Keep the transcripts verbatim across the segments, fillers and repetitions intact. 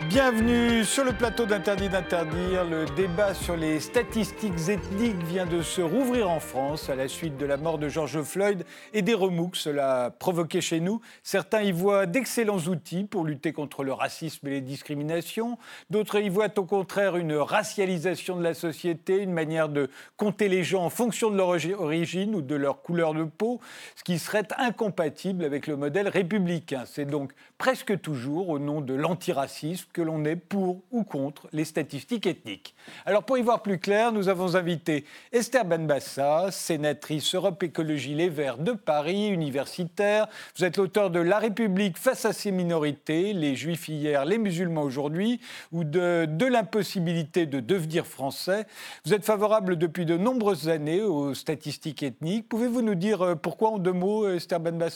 Bienvenue sur le plateau d'Interdit d'interdire. Le débat sur les statistiques ethniques vient de se rouvrir en France à la suite de la mort de George Floyd et des remous que cela a provoqué chez nous. Certains y voient d'excellents outils pour lutter contre le racisme et les discriminations. D'autres y voient au contraire une racialisation de la société, une manière de compter les gens en fonction de leur origine ou de leur couleur de peau, ce qui serait incompatible avec le modèle républicain. C'est donc presque toujours au nom de l'antiracisme que l'on est pour ou contre les statistiques ethniques. Alors pour y voir plus clair, nous avons invité Esther Benbassa, sénatrice Europe Écologie Les Verts de Paris, universitaire. Vous êtes l'auteur de La République face à ses minorités, les Juifs hier, les musulmans aujourd'hui, ou de, de l'impossibilité de devenir français. Vous êtes favorable depuis de nombreuses années aux statistiques ethniques. Pouvez-vous nous dire pourquoi en deux mots, Esther Benbassa ?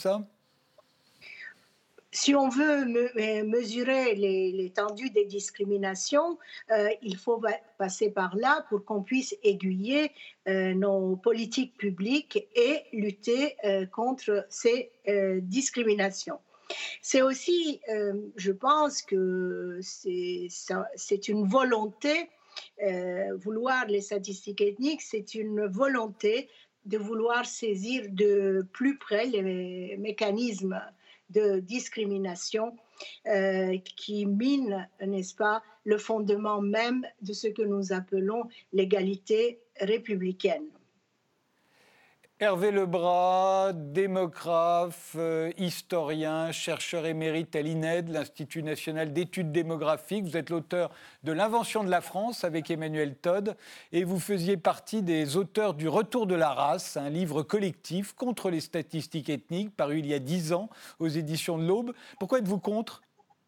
Si on veut me, mesurer les, l'étendue des discriminations, euh, il faut passer par là pour qu'on puisse aiguiller euh, nos politiques publiques et lutter euh, contre ces euh, discriminations. C'est aussi, euh, je pense que c'est, ça, c'est une volonté, euh, vouloir les statistiques ethniques, c'est une volonté de vouloir saisir de plus près les mécanismes de discrimination euh, qui mine, n'est-ce pas, le fondement même de ce que nous appelons l'égalité républicaine. Hervé Lebras, démographe, euh, historien, chercheur émérite à l'I N E D, l'Institut national d'études démographiques. Vous êtes l'auteur de L'invention de la France avec Emmanuel Todd et vous faisiez partie des auteurs du Retour de la race, un livre collectif contre les statistiques ethniques paru il y a dix ans aux éditions de l'Aube. Pourquoi êtes-vous contre ?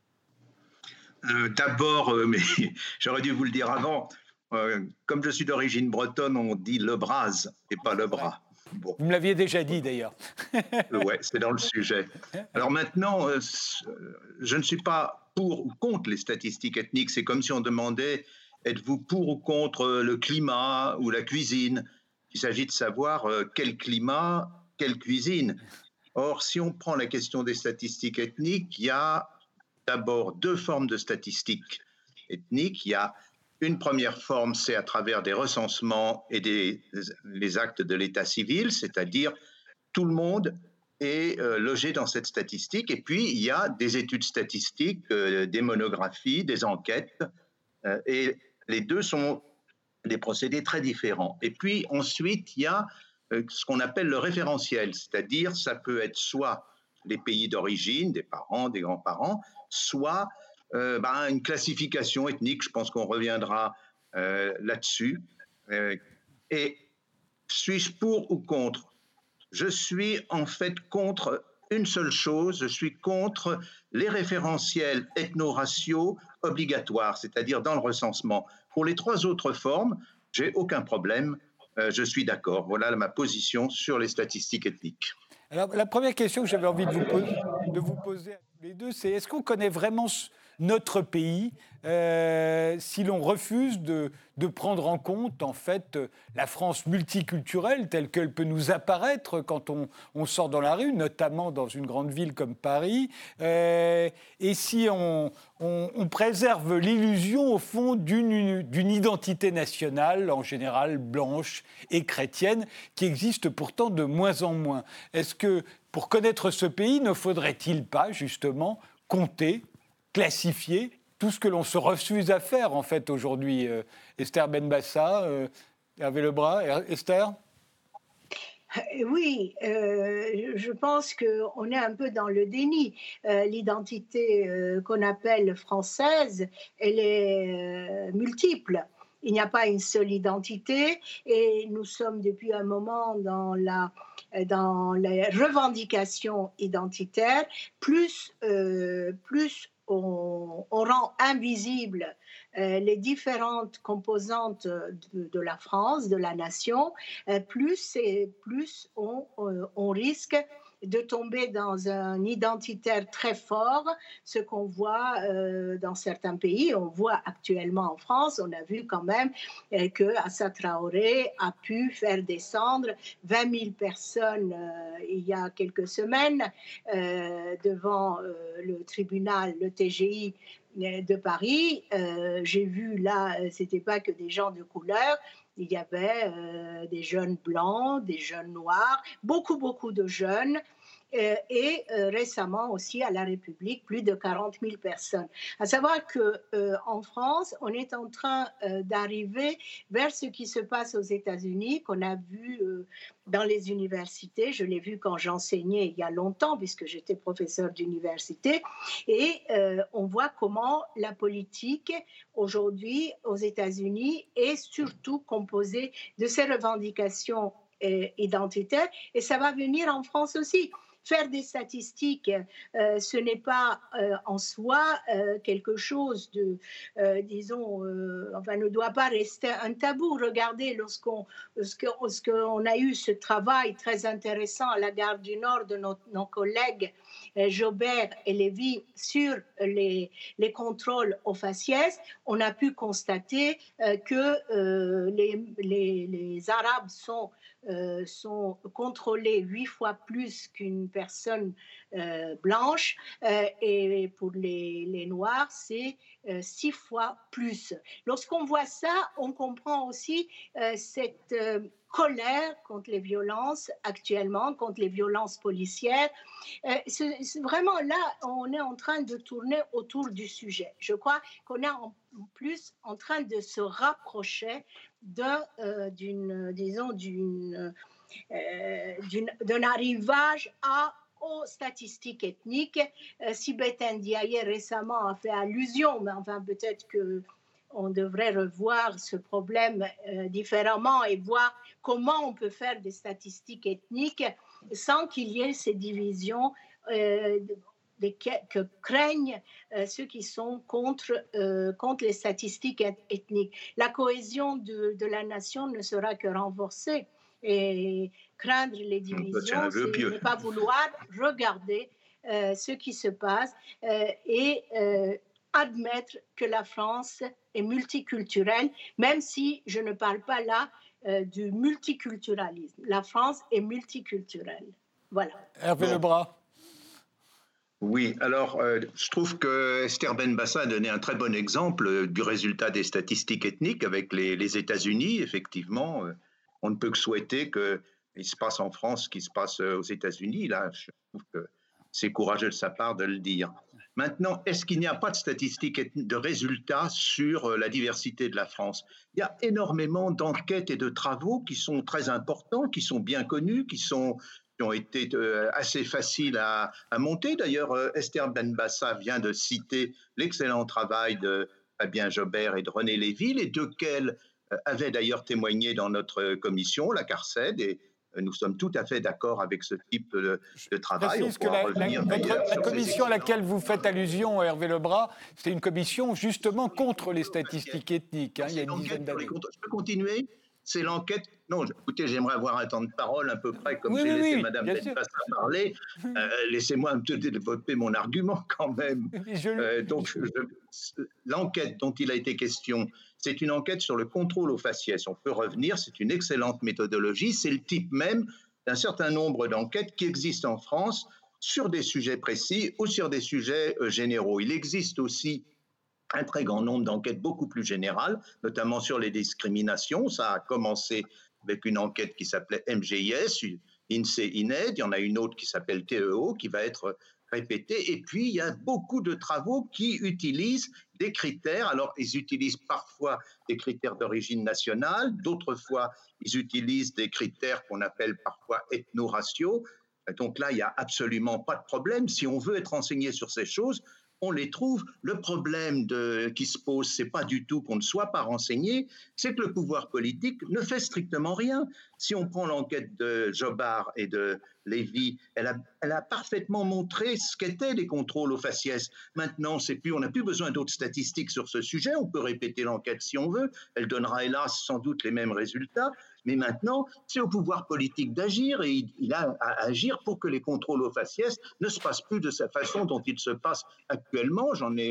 euh, D'abord, euh, mais j'aurais dû vous le dire avant, euh, comme je suis d'origine bretonne, on dit Lebras et pas Lebras. Bon. Vous me l'aviez déjà dit d'ailleurs. Oui, c'est dans le sujet. Alors maintenant, euh, je ne suis pas pour ou contre les statistiques ethniques. C'est comme si on demandait, êtes-vous pour ou contre le climat ou la cuisine ? Il s'agit de savoir euh, quel climat, quelle cuisine. Or, si on prend la question des statistiques ethniques, il y a d'abord deux formes de statistiques ethniques. Il y a une première forme, c'est à travers des recensements et des, les actes de l'état civil, c'est-à-dire tout le monde est euh, logé dans cette statistique. Et puis, il y a des études statistiques, euh, des monographies, des enquêtes, euh, et les deux sont des procédés très différents. Et puis, ensuite, il y a euh, ce qu'on appelle le référentiel, c'est-à-dire ça peut être soit les pays d'origine, des parents, des grands-parents, soit Euh, ben, une classification ethnique, je pense qu'on reviendra euh, là-dessus. Euh, et suis-je pour ou contre ? Je suis en fait contre une seule chose, je suis contre les référentiels ethno-raciaux obligatoires, c'est-à-dire dans le recensement. Pour les trois autres formes, j'ai aucun problème, euh, je suis d'accord. Voilà ma position sur les statistiques ethniques. Alors, la première question que j'avais envie de vous poser, de vous poser à tous les deux, c'est est-ce qu'on connaît vraiment notre pays euh, si l'on refuse de, de prendre en compte en fait la France multiculturelle telle qu'elle peut nous apparaître quand on, on sort dans la rue, notamment dans une grande ville comme Paris, euh, et si on, on, on préserve l'illusion au fond d'une, d'une identité nationale, en général blanche et chrétienne, qui existe pourtant de moins en moins. Est-ce que pour connaître ce pays, ne faudrait-il pas justement compter, classifier tout ce que l'on se refuse à faire, en fait, aujourd'hui. euh, Esther Benbassa, euh, Hervé Lebras. Esther ? Oui, euh, je pense qu'on est un peu dans le déni. Euh, l'identité euh, qu'on appelle française, elle est euh, multiple. Il n'y a pas une seule identité et nous sommes depuis un moment dans la dans les revendications identitaires. Plus, euh, plus on, on rend invisible euh, les différentes composantes de, de la France, de la nation, euh, plus, et plus on, euh, on risque de tomber dans un identitaire très fort, ce qu'on voit euh, dans certains pays. On voit actuellement en France, on a vu quand même euh, que Assa Traoré a pu faire descendre vingt mille personnes euh, il y a quelques semaines euh, devant euh, le tribunal, le T G I, de Paris, euh, j'ai vu là, c'était pas que des gens de couleur, il y avait euh, des jeunes blancs, des jeunes noirs, beaucoup, beaucoup de jeunes. Euh, et euh, récemment aussi à la République, plus de quarante mille personnes. À savoir qu'en euh, France, on est en train euh, d'arriver vers ce qui se passe aux États-Unis, qu'on a vu euh, dans les universités. Je l'ai vu quand j'enseignais il y a longtemps, puisque j'étais professeur d'université. Et euh, on voit comment la politique aujourd'hui aux États-Unis est surtout composée de ces revendications euh, identitaires. Et ça va venir en France aussi. Faire des statistiques, euh, ce n'est pas euh, en soi euh, quelque chose de, euh, disons, euh, enfin, ne doit pas rester un tabou. Regardez, lorsqu'on, lorsqu'on, lorsqu'on a eu ce travail très intéressant à la Gare du Nord de nos, nos collègues euh, Jobert et Lévy sur les, les contrôles aux faciès, on a pu constater euh, que euh, les, les, les Arabes sont Euh, sont contrôlés huit fois plus qu'une personne euh, blanche euh, et pour les, les Noirs, c'est euh, six fois plus. Lorsqu'on voit ça, on comprend aussi euh, cette euh, colère contre les violences actuellement, contre les violences policières. Euh, c'est, c'est vraiment là, on est en train de tourner autour du sujet. Je crois qu'on est en plus en train de se rapprocher d'un, euh, d'une, disons, d'une, euh, d'une, d'un arrivage à, aux statistiques ethniques. Euh, Sibeth Ndiaye récemment a fait allusion, mais enfin peut-être qu'on devrait revoir ce problème euh, différemment et voir comment on peut faire des statistiques ethniques sans qu'il y ait ces divisions euh, que craignent euh, ceux qui sont contre, euh, contre les statistiques ethniques. La cohésion de, de la nation ne sera que renforcée. Et craindre les divisions, c'est ne pas vouloir regarder euh, ce qui se passe euh, et euh, admettre que la France est multiculturelle, même si je ne parle pas là euh, du multiculturalisme. La France est multiculturelle. Voilà. Hervé Lebras. Oui, alors euh, je trouve que Esther Benbassa a donné un très bon exemple du résultat des statistiques ethniques avec les, les États-Unis. Effectivement, euh, on ne peut que souhaiter qu'il se passe en France ce qui se passe aux États-Unis. Là, je trouve que c'est courageux de sa part de le dire. Maintenant, est-ce qu'il n'y a pas de statistiques de résultats sur la diversité de la France? Il y a énormément d'enquêtes et de travaux qui sont très importants, qui sont bien connus, qui sont... qui ont été euh, assez faciles à, à monter. D'ailleurs, euh, Esther Benbassa vient de citer l'excellent travail de Fabien Jobert et de René Lévy, les deux quels euh, avaient d'ailleurs témoigné dans notre commission, la CARCED, et euh, nous sommes tout à fait d'accord avec ce type de, de travail. Je précise que la, la, votre, la commission à laquelle vous faites allusion, Hervé Lebras, c'est une commission justement contre les statistiques ethniques, hein, il y a une dizaine d'années. Je peux continuer? C'est l'enquête. Non, écoutez, j'aimerais avoir un temps de parole à peu près comme oui, j'ai oui, laissé oui, Madame Benbassa parler. Euh, laissez-moi un peu développer mon argument quand même. Euh, donc, je, l'enquête dont il a été question, c'est une enquête sur le contrôle aux faciès. On peut revenir, c'est une excellente méthodologie. C'est le type même d'un certain nombre d'enquêtes qui existent en France sur des sujets précis ou sur des sujets euh, généraux. Il existe aussi un très grand nombre d'enquêtes beaucoup plus générales, notamment sur les discriminations. Ça a commencé avec une enquête qui s'appelait M G I S, INSEE, I N E D. Il y en a une autre qui s'appelle T E O, qui va être répétée. Et puis, il y a beaucoup de travaux qui utilisent des critères. Alors, ils utilisent parfois des critères d'origine nationale, d'autres fois, ils utilisent des critères qu'on appelle parfois ethno-raciaux. Donc là, il n'y a absolument pas de problème. Si on veut être renseigné sur ces choses, on les trouve. Le problème de, qui se pose, c'est pas du tout qu'on ne soit pas renseigné, c'est que le pouvoir politique ne fait strictement rien. Si on prend l'enquête de Jobard et de Lévy, elle a, elle a parfaitement montré ce qu'étaient les contrôles aux faciès. Maintenant, c'est plus, on n'a plus besoin d'autres statistiques sur ce sujet. On peut répéter l'enquête si on veut. Elle donnera hélas sans doute les mêmes résultats. Mais maintenant, c'est au pouvoir politique d'agir et il, il a à agir pour que les contrôles aux faciès ne se passent plus de cette façon dont ils se passent actuellement. J'en ai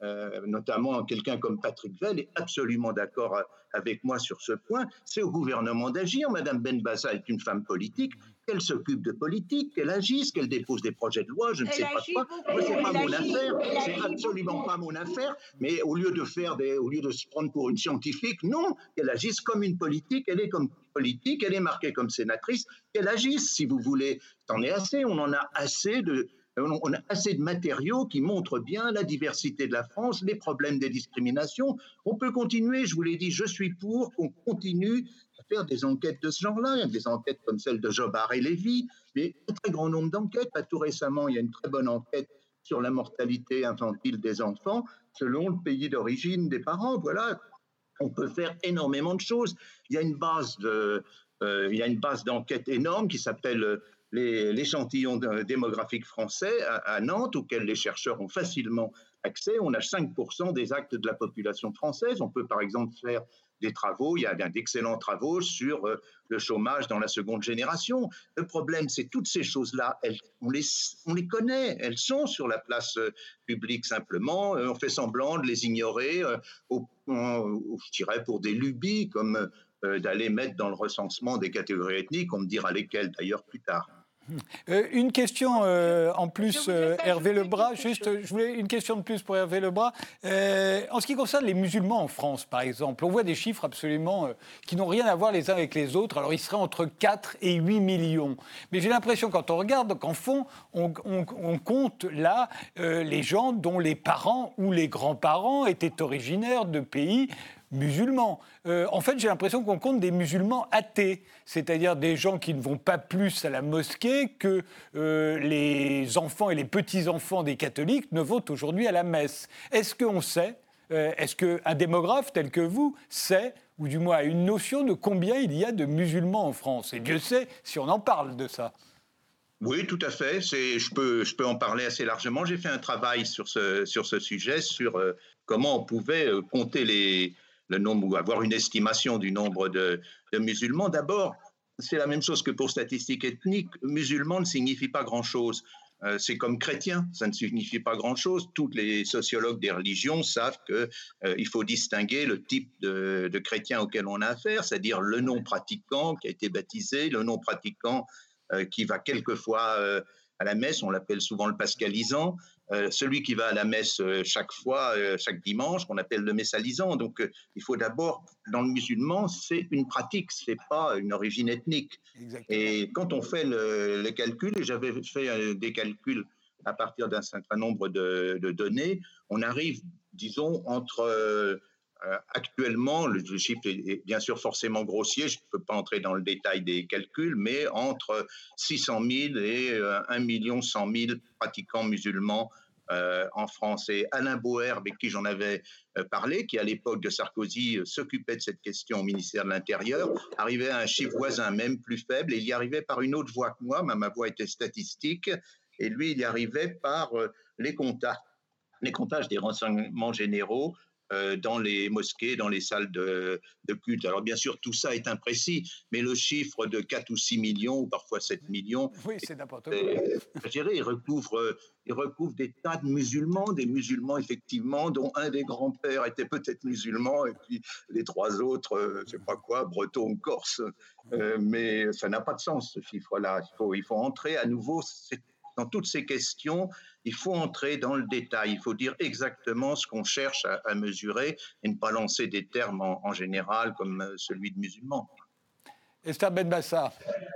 euh, notamment quelqu'un comme Patrick Vell est absolument d'accord avec moi sur ce point. C'est au gouvernement d'agir. Madame Benbassa est une femme politique. Qu'elle s'occupe de politique, qu'elle agisse, qu'elle dépose des projets de loi, je ne Elle sais pas quoi. Moi, c'est pas mon affaire, c'est absolument pas mon affaire. Mais au lieu de faire des, au lieu de se prendre pour une scientifique, non, qu'elle agisse comme une politique. Elle est comme politique, elle est marquée comme sénatrice. Qu'elle agisse, si vous voulez. C'en est assez. On en a assez de. On a assez de matériaux qui montrent bien la diversité de la France, les problèmes des discriminations. On peut continuer, je vous l'ai dit, je suis pour qu'on continue à faire des enquêtes de ce genre-là, des enquêtes comme celle de Jobard et Lévy, mais un très grand nombre d'enquêtes. Pas tout récemment, il y a une très bonne enquête sur la mortalité infantile des enfants selon le pays d'origine des parents. Voilà, on peut faire énormément de choses. Il y a une base de, euh, il y a une base d'enquête énorme qui s'appelle l'échantillon démographique français à, à Nantes, auquel les chercheurs ont facilement accès. On a cinq pour cent des actes de la population française. On peut par exemple faire des travaux, il y a d'excellents travaux sur euh, le chômage dans la seconde génération. Le problème, c'est toutes ces choses-là, elles, on, les, on les connaît, elles sont sur la place euh, publique simplement. Euh, on fait semblant de les ignorer, euh, au, au, je dirais pour des lubies, comme euh, d'aller mettre dans le recensement des catégories ethniques, on me dira lesquelles d'ailleurs plus tard. Euh, une question euh, en plus, euh, Hervé Lebras, juste, je voulais une question de plus pour Hervé Lebras. Euh, en ce qui concerne les musulmans en France, par exemple, on voit des chiffres absolument euh, qui n'ont rien à voir les uns avec les autres. Alors, ils seraient entre quatre et huit millions. Mais j'ai l'impression, quand on regarde, qu'en fond, on, on, on compte là euh, les gens dont les parents ou les grands-parents étaient originaires de pays musulmans. Euh, en fait, j'ai l'impression qu'on compte des musulmans athées, c'est-à-dire des gens qui ne vont pas plus à la mosquée que euh, les enfants et les petits-enfants des catholiques ne vont aujourd'hui à la messe. Est-ce qu'on sait, euh, est-ce qu'un démographe tel que vous sait, ou du moins a une notion de combien il y a de musulmans en France? Et Dieu sait si on en parle de ça. Oui, tout à fait. C'est, je, peux, je peux en parler assez largement. J'ai fait un travail sur ce, sur ce sujet, sur euh, comment on pouvait euh, compter les... le nombre, ou avoir une estimation du nombre de, de musulmans. D'abord, c'est la même chose que pour statistiques ethniques. Musulman ne signifie pas grand-chose. Euh, c'est comme chrétien, ça ne signifie pas grand-chose. Tous les sociologues des religions savent qu'il euh, faut distinguer le type de, de chrétien auquel on a affaire, c'est-à-dire le non-pratiquant qui a été baptisé, le non-pratiquant euh, qui va quelquefois euh, à la messe, on l'appelle souvent le pascalisant, Euh, celui qui va à la messe euh, chaque fois, euh, chaque dimanche, qu'on appelle le messalisant. Donc, euh, il faut d'abord, dans le musulman, c'est une pratique, c'est pas une origine ethnique. Exactement. Et quand on fait le, les calculs, et j'avais fait euh, des calculs à partir d'un certain nombre de, de données, on arrive, disons, entre euh, euh, actuellement, le, le chiffre est, est bien sûr forcément grossier, je ne peux pas entrer dans le détail des calculs, mais entre six cent mille et euh, un million cent mille pratiquants musulmans euh, en France. Et Alain Boer, avec qui j'en avais euh, parlé, qui à l'époque de Sarkozy euh, s'occupait de cette question au ministère de l'Intérieur, arrivait à un chiffre voisin, même plus faible, et il y arrivait par une autre voie que moi, ma, ma voie était statistique, et lui, il y arrivait par euh, les comptages, les comptages des renseignements généraux euh, dans les mosquées, dans les salles de, de culte. Alors bien sûr, tout ça est imprécis, mais le chiffre de quatre ou six millions, ou parfois sept millions, oui, c'est n'importe quoi. Euh, je dirais, il recouvre, il recouvre des tas de musulmans, des musulmans effectivement, dont un des grands-pères était peut-être musulman, et puis les trois autres, euh, je ne sais pas quoi, bretons, corses, euh, mais ça n'a pas de sens ce chiffre-là. Il faut, il faut entrer à nouveau dans toutes ces questions, il faut entrer dans le détail, il faut dire exactement ce qu'on cherche à, à mesurer et ne pas lancer des termes en, en général comme celui de musulman. Esther Benbassa.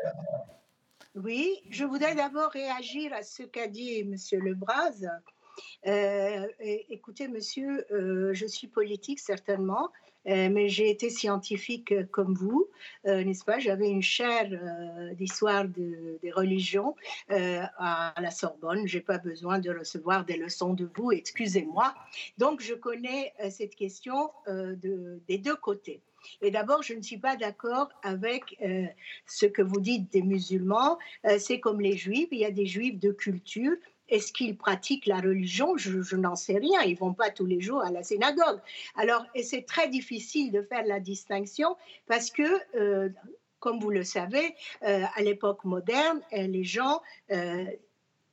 Oui, je voudrais d'abord réagir à ce qu'a dit M. Lebras. Euh, écoutez, monsieur, euh, je suis politique certainement, euh, mais j'ai été scientifique comme vous, euh, n'est-ce pas? J'avais une chaire euh, d'histoire de, des religions euh, à la Sorbonne. Je n'ai pas besoin de recevoir des leçons de vous, excusez-moi. Donc, je connais euh, cette question euh, de, des deux côtés. Et d'abord, je ne suis pas d'accord avec euh, ce que vous dites des musulmans. Euh, c'est comme les juifs, il y a des juifs de culture. Est-ce qu'ils pratiquent la religion? Je, je n'en sais rien. Ils ne vont pas tous les jours à la synagogue. Alors, et c'est très difficile de faire la distinction parce que, euh, comme vous le savez, euh, à l'époque moderne, les gens... Euh,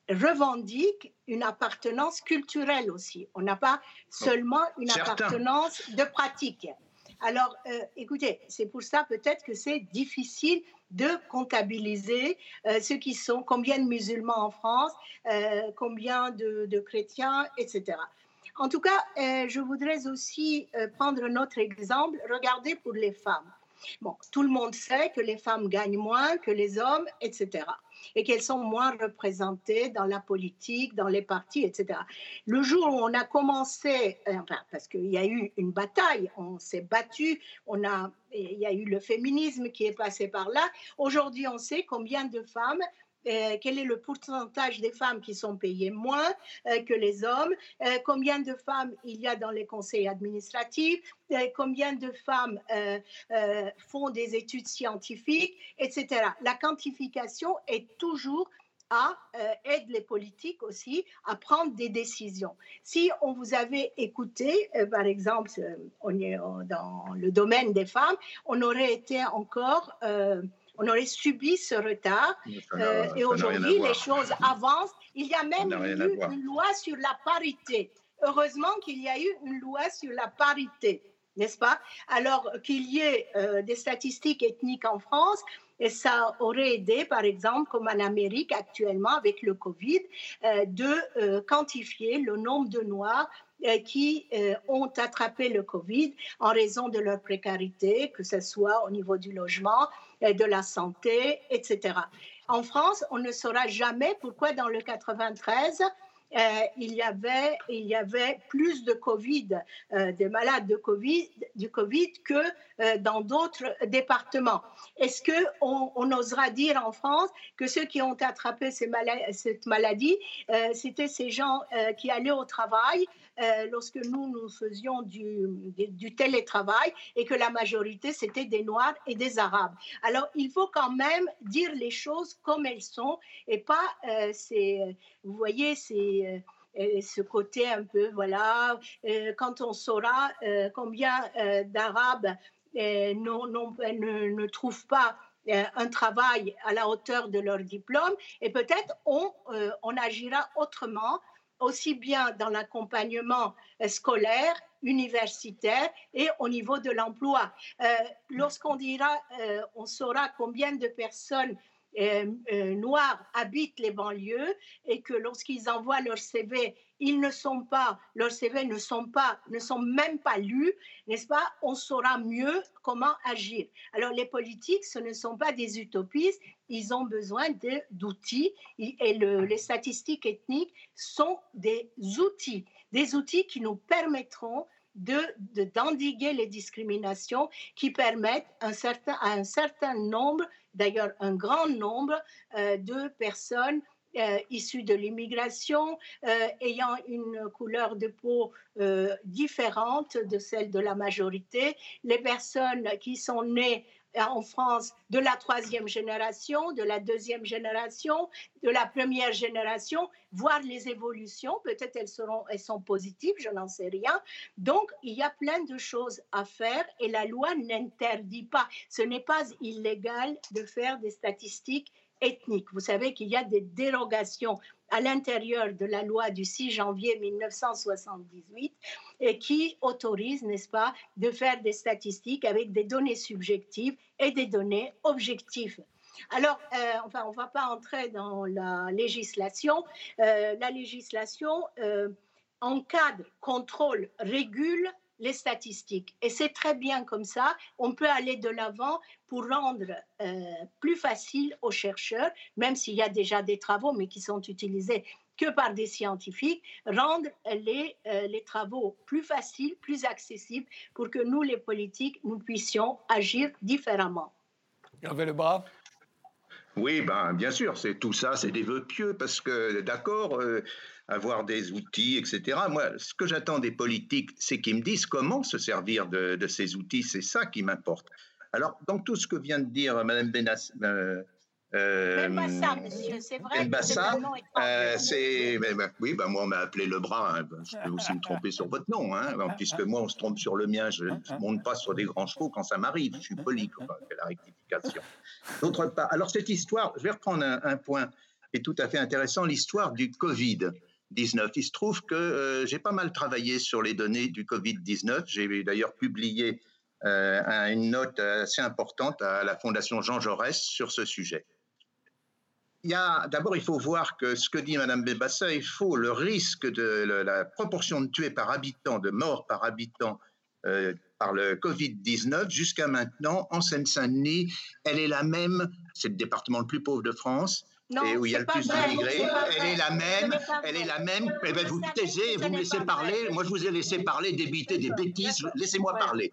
revendiquent une appartenance culturelle aussi. On n'a pas seulement une Certains. appartenance de pratique. Alors, euh, écoutez, c'est pour ça peut-être que c'est difficile de comptabiliser euh, ceux qui sont, combien de musulmans en France, euh, combien de, de chrétiens, et cetera. En tout cas, euh, je voudrais aussi euh, prendre un autre exemple. Regardez pour les femmes. Bon, tout le monde sait que les femmes gagnent moins que les hommes, et cetera. Et qu'elles sont moins représentées dans la politique, dans les partis, et cetera. Le jour où on a commencé, euh, enfin, parce qu'il y a eu une bataille, on s'est battu, on a, il y a eu le féminisme qui est passé par là. Aujourd'hui, on sait combien de femmes, euh, quel est le pourcentage des femmes qui sont payées moins euh, que les hommes, euh, combien de femmes il y a dans les conseils administratifs, euh, combien de femmes euh, euh, font des études scientifiques, et cetera. La quantification est toujours à euh, aide les politiques aussi à prendre des décisions. Si on vous avait écouté, euh, par exemple, euh, on est dans le domaine des femmes, on aurait été encore... Euh, on aurait subi ce retard euh, et aujourd'hui les choses avancent. Il y a même eu une loi sur la parité. Heureusement qu'il y a eu une loi sur la parité, n'est-ce pas? Alors qu'il y ait euh, des statistiques ethniques en France, et ça aurait aidé, par exemple, comme en Amérique actuellement avec le Covid, euh, de euh, quantifier le nombre de Noirs euh, qui euh, ont attrapé le Covid en raison de leur précarité, que ce soit au niveau du logement, euh, de la santé, et cetera. En France, on ne saura jamais pourquoi dans le quatre-vingt-treize, Euh, il, y avait, il y avait plus de Covid, euh, de malades de COVID, du Covid que euh, dans d'autres départements. Est-ce qu'on on osera dire en France que ceux qui ont attrapé ces mala- cette maladie, euh, c'était ces gens euh, qui allaient au travail euh, lorsque nous, nous faisions du, du, du télétravail et que la majorité, c'était des Noirs et des Arabes. Alors, il faut quand même dire les choses comme elles sont et pas, euh, c'est, vous voyez, c'est euh, ce côté un peu, voilà, euh, quand on saura euh, combien euh, d'Arabes euh, non, non, ne, ne trouvent pas euh, un travail à la hauteur de leur diplôme, et peut-être on, euh, on agira autrement, aussi bien dans l'accompagnement euh, scolaire, universitaire et au niveau de l'emploi. Euh, lorsqu'on dira, euh, on saura combien de personnes Euh, euh, noirs habitent les banlieues et que lorsqu'ils envoient leur C V, ils ne sont pas, leurs C V ne sont pas, ne sont même pas lus, n'est-ce pas? On saura mieux comment agir. Alors les politiques, ce ne sont pas des utopistes, ils ont besoin de, d'outils et le, les statistiques ethniques sont des outils, des outils qui nous permettront de, de, d'endiguer les discriminations, qui permettent un certain, à un certain nombre, d'ailleurs un grand nombre euh, de personnes euh, issues de l'immigration, euh, ayant une couleur de peau euh, différente de celle de la majorité, les personnes qui sont nées en France de la troisième génération, de la deuxième génération, de la première génération, voir les évolutions, peut-être elles, seront, elles sont positives, je n'en sais rien. Donc, il y a plein de choses à faire et la loi n'interdit pas. Ce n'est pas illégal de faire des statistiques ethniques. Vous savez qu'il y a des dérogations à l'intérieur de la loi du six janvier mille neuf cent soixante-dix-huit et qui autorise, n'est-ce pas, de faire des statistiques avec des données subjectives et des données objectives. Alors, euh, enfin, on ne va pas entrer dans la législation. Euh, la législation euh, encadre, contrôle, régule les statistiques. Et c'est très bien comme ça. On peut aller de l'avant pour rendre euh, plus facile aux chercheurs, même s'il y a déjà des travaux, mais qui sont utilisés que par des scientifiques, rendre les, euh, les travaux plus faciles, plus accessibles, pour que nous, les politiques, nous puissions agir différemment. Hervé Lebras. Oui, ben, bien sûr, c'est, tout ça, c'est des vœux pieux, parce que, d'accord, euh, avoir des outils, et cetera. Moi, ce que j'attends des politiques, c'est qu'ils me disent comment se servir de, de ces outils, c'est ça qui m'importe. Alors, dans tout ce que vient de dire Mme Benassa, euh, euh, Benbassa, monsieur, c'est vrai. Benbassa, euh, c'est, ben, ben, oui, ben, moi, on m'a appelé Lebras, hein, je peux aussi me tromper sur votre nom, hein, puisque moi, on se trompe sur le mien, je ne monte pas sur des grands chevaux quand ça m'arrive, je suis poli, quoi, la rectification. D'autre part, alors cette histoire, je vais reprendre un, un point. est tout à fait intéressant, l'histoire du Covid dix-neuf. Il se trouve que euh, j'ai pas mal travaillé sur les données du Covid dix-neuf. J'ai d'ailleurs publié euh, une note assez importante à la Fondation Jean Jaurès sur ce sujet. Il y a, d'abord, il faut voir que ce que dit Mme Benbassa est faux. Le risque de le, la proportion de tués par habitant, de morts par habitant euh, par le Covid dix-neuf, jusqu'à maintenant, en Seine-Saint-Denis, elle est la même. C'est le département le plus pauvre de France. Non, et où il y a le plus d'immigrés, elle est la même, elle est la même. Eh bien, vous taisez, vous me laissez parler. Moi, je vous ai laissé parler, débiter des bêtises. Laissez-moi parler.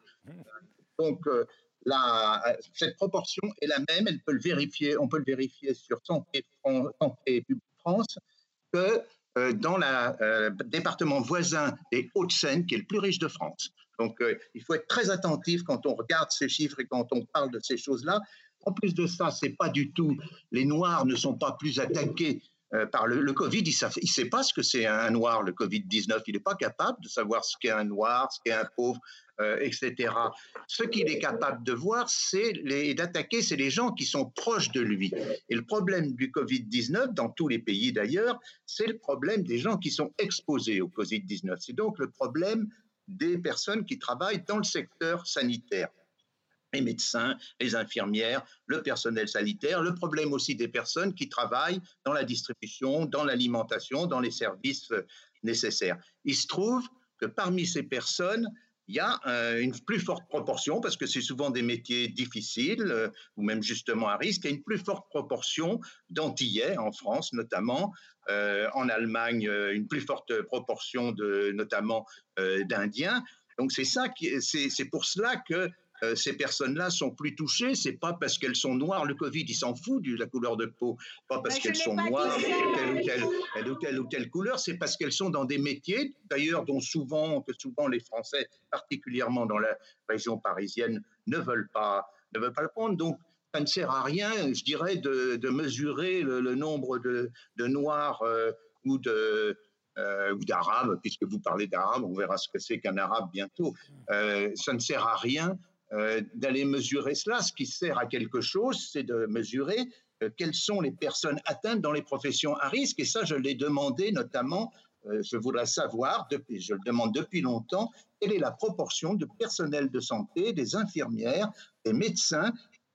Donc, euh, La, cette proportion est la même, elle peut le vérifier, on peut le vérifier sur Santé, Santé Publique France, que euh, dans le euh, département voisin des Hauts-de-Seine, qui est le plus riche de France. Donc euh, il faut être très attentif quand on regarde ces chiffres et quand on parle de ces choses-là. En plus de ça, c'est pas du tout, les Noirs ne sont pas plus attaqués euh, par le, le Covid. Il ne sait pas ce que c'est un Noir, le Covid dix-neuf. Il n'est pas capable de savoir ce qu'est un Noir, ce qu'est un pauvre. Euh, et cetera. Ce qu'il est capable de voir, c'est les, d'attaquer, c'est les gens qui sont proches de lui. Et le problème du Covid dix-neuf, dans tous les pays d'ailleurs, c'est le problème des gens qui sont exposés au Covid dix-neuf. C'est donc le problème des personnes qui travaillent dans le secteur sanitaire. Les médecins, les infirmières, le personnel sanitaire, le problème aussi des personnes qui travaillent dans la distribution, dans l'alimentation, dans les services nécessaires. Il se trouve que parmi ces personnes, il y a euh, une plus forte proportion, parce que c'est souvent des métiers difficiles, euh, ou même justement à risque, il y a une plus forte proportion d'Antillais, en France notamment, euh, en Allemagne, euh, une plus forte proportion de, notamment euh, d'Indiens. Donc c'est ça qui, c'est, c'est pour cela que euh, ces personnes-là sont plus touchées. C'est pas parce qu'elles sont noires, le Covid, il s'en fout de la couleur de peau. Pas parce qu'elles sont noires, de telle ou telle, telle ou telle ou telle couleur. C'est parce qu'elles sont dans des métiers, d'ailleurs, dont souvent, que souvent les Français, particulièrement dans la région parisienne, ne veulent pas, ne veulent pas le prendre. Donc, ça ne sert à rien, je dirais, de, de mesurer le, le nombre de, de noirs euh, ou de Euh, ou d'arabe, puisque vous parlez d'arabe, on verra ce que c'est qu'un arabe bientôt. Euh, ça ne sert à rien euh, d'aller mesurer cela. Ce qui sert à quelque chose, c'est de mesurer euh, quelles sont les personnes atteintes dans les professions à risque. Et ça, je l'ai demandé notamment, euh, je voudrais savoir, depuis, je le demande depuis longtemps, quelle est la proportion de personnel de santé, des infirmières, des médecins,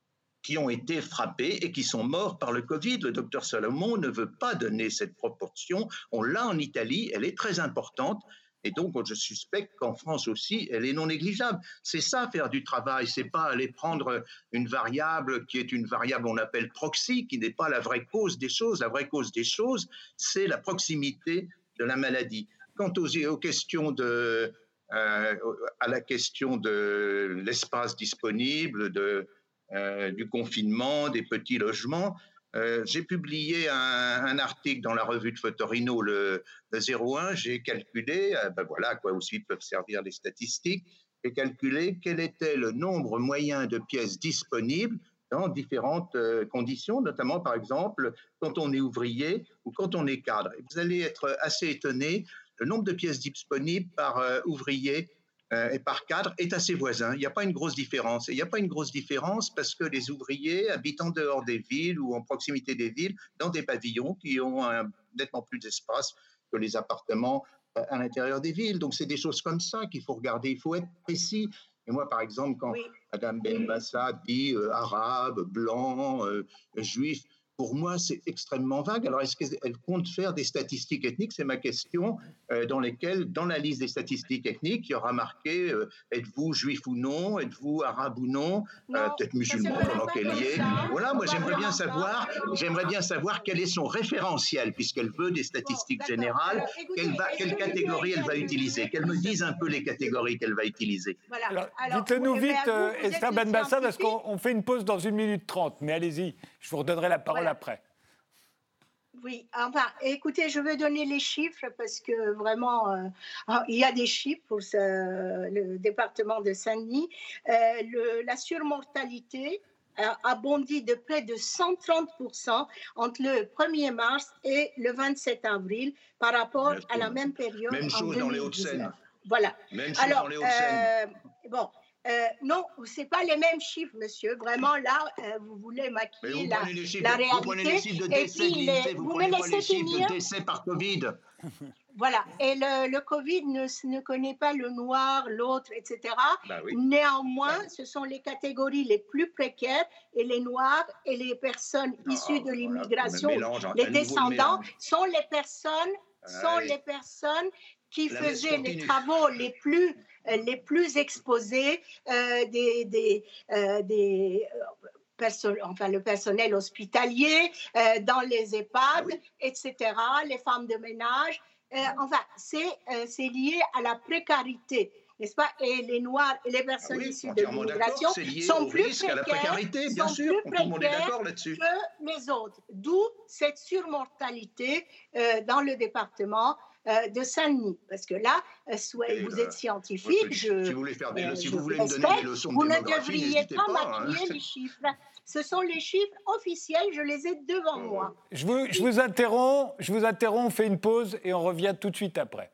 qui ont été frappés et qui sont morts par le Covid. Le docteur Salomon ne veut pas donner cette proportion. On l'a en Italie, elle est très importante. Et donc, je suspecte qu'en France aussi, elle est non négligeable. C'est ça, faire du travail. C'est pas aller prendre une variable qui est une variable, on appelle proxy, qui n'est pas la vraie cause des choses. La vraie cause des choses, c'est la proximité de la maladie. Quant aux, aux questions de, euh, à la question de l'espace disponible, de Euh, du confinement, des petits logements. Euh, j'ai publié un, un article dans la revue de Photorino, le, le zéro un, j'ai calculé, euh, ben voilà à quoi aussi peuvent servir les statistiques, j'ai calculé quel était le nombre moyen de pièces disponibles dans différentes euh, conditions, notamment par exemple quand on est ouvrier ou quand on est cadre. Et vous allez être assez étonné, le nombre de pièces disponibles par euh, ouvrier Euh, et par cadre est assez voisin. Il n'y a pas une grosse différence. Et il n'y a pas une grosse différence parce que les ouvriers habitent en dehors des villes ou en proximité des villes, dans des pavillons qui ont un, nettement plus d'espace que les appartements euh, à l'intérieur des villes. Donc, c'est des choses comme ça qu'il faut regarder. Il faut être précis. Et moi, par exemple, quand oui. Mme Benbassa dit euh, arabe, blanc, euh, juif, pour moi, c'est extrêmement vague. Alors, est-ce qu'elle compte faire des statistiques ethniques? C'est ma question, euh, dans lesquelles, dans la liste des statistiques ethniques, il y aura marqué euh, êtes-vous juif ou non, êtes-vous arabe ou non, non euh, peut-être musulman pendant qu'elle y est. Voilà, moi, j'aimerais bien savoir, j'aimerais bien savoir quel est son référentiel, puisqu'elle veut des statistiques bon, générales, alors, écoutez, quelle, va, quelle catégorie elle va utiliser, qu'elle me dise un peu les catégories qu'elle va utiliser. Voilà. Alors, alors, dites-nous vite, euh, Esther Benbassa, parce qu'on fait une pause dans une minute trente, mais allez-y, je vous redonnerai la parole. Voilà. Après. Oui, enfin, écoutez, je vais donner les chiffres parce que vraiment, euh, il y a des chiffres pour ce, le département de Saint-Denis. Euh, le, la surmortalité a, a bondi de près de cent trente pour cent entre le premier mars et le vingt-sept avril par rapport à la même période même en chose deux mille dix-neuf. Dans les Hauts-de-Seine. Voilà. Même chose Alors, dans les Hauts-de-Seine. Euh, bon. Euh, non, ce n'est pas les mêmes chiffres, monsieur. Vraiment, là, euh, vous voulez maquiller la, la réalité. Vous prenez les chiffres de décès de l'INSEE, vous, vous prenez pas les chiffres finir. de décès par Covid. Voilà, et le, le Covid ne, ne connaît pas le noir, l'autre, et cetera. Bah oui. Néanmoins, bah oui. ce sont les catégories les plus précaires, et les noirs et les personnes Ah, issues de l'immigration, voilà, les descendants, le sont les personnes, sont ouais. les personnes qui La faisaient les travaux les plus, euh, les plus exposés, euh, des... des, euh, des euh, Perso- enfin le personnel hospitalier, euh, dans les EHPAD, ah oui. et cetera, les femmes de ménage. Euh, enfin, c'est, euh, c'est lié à la précarité, n'est-ce pas? Et les Noirs et les personnes ah oui, issues de l'immigration sont plus précaires, à la précarité, bien sont sûr. plus Tout le monde est d'accord là-dessus. que les autres. D'où cette surmortalité euh, dans le département euh, de Saint-Denis. Parce que là, euh, soit, vous êtes scientifique, euh, je, si vous voulez, faire des, euh, si je vous voulez vous me donner des leçons de démographie, ne devriez pas, pas maquiller hein. les chiffres. Ce sont les chiffres officiels, je les ai devant oh. moi. Je vous, je vous interromps, je vous interromps, on fait une pause et on revient tout de suite après.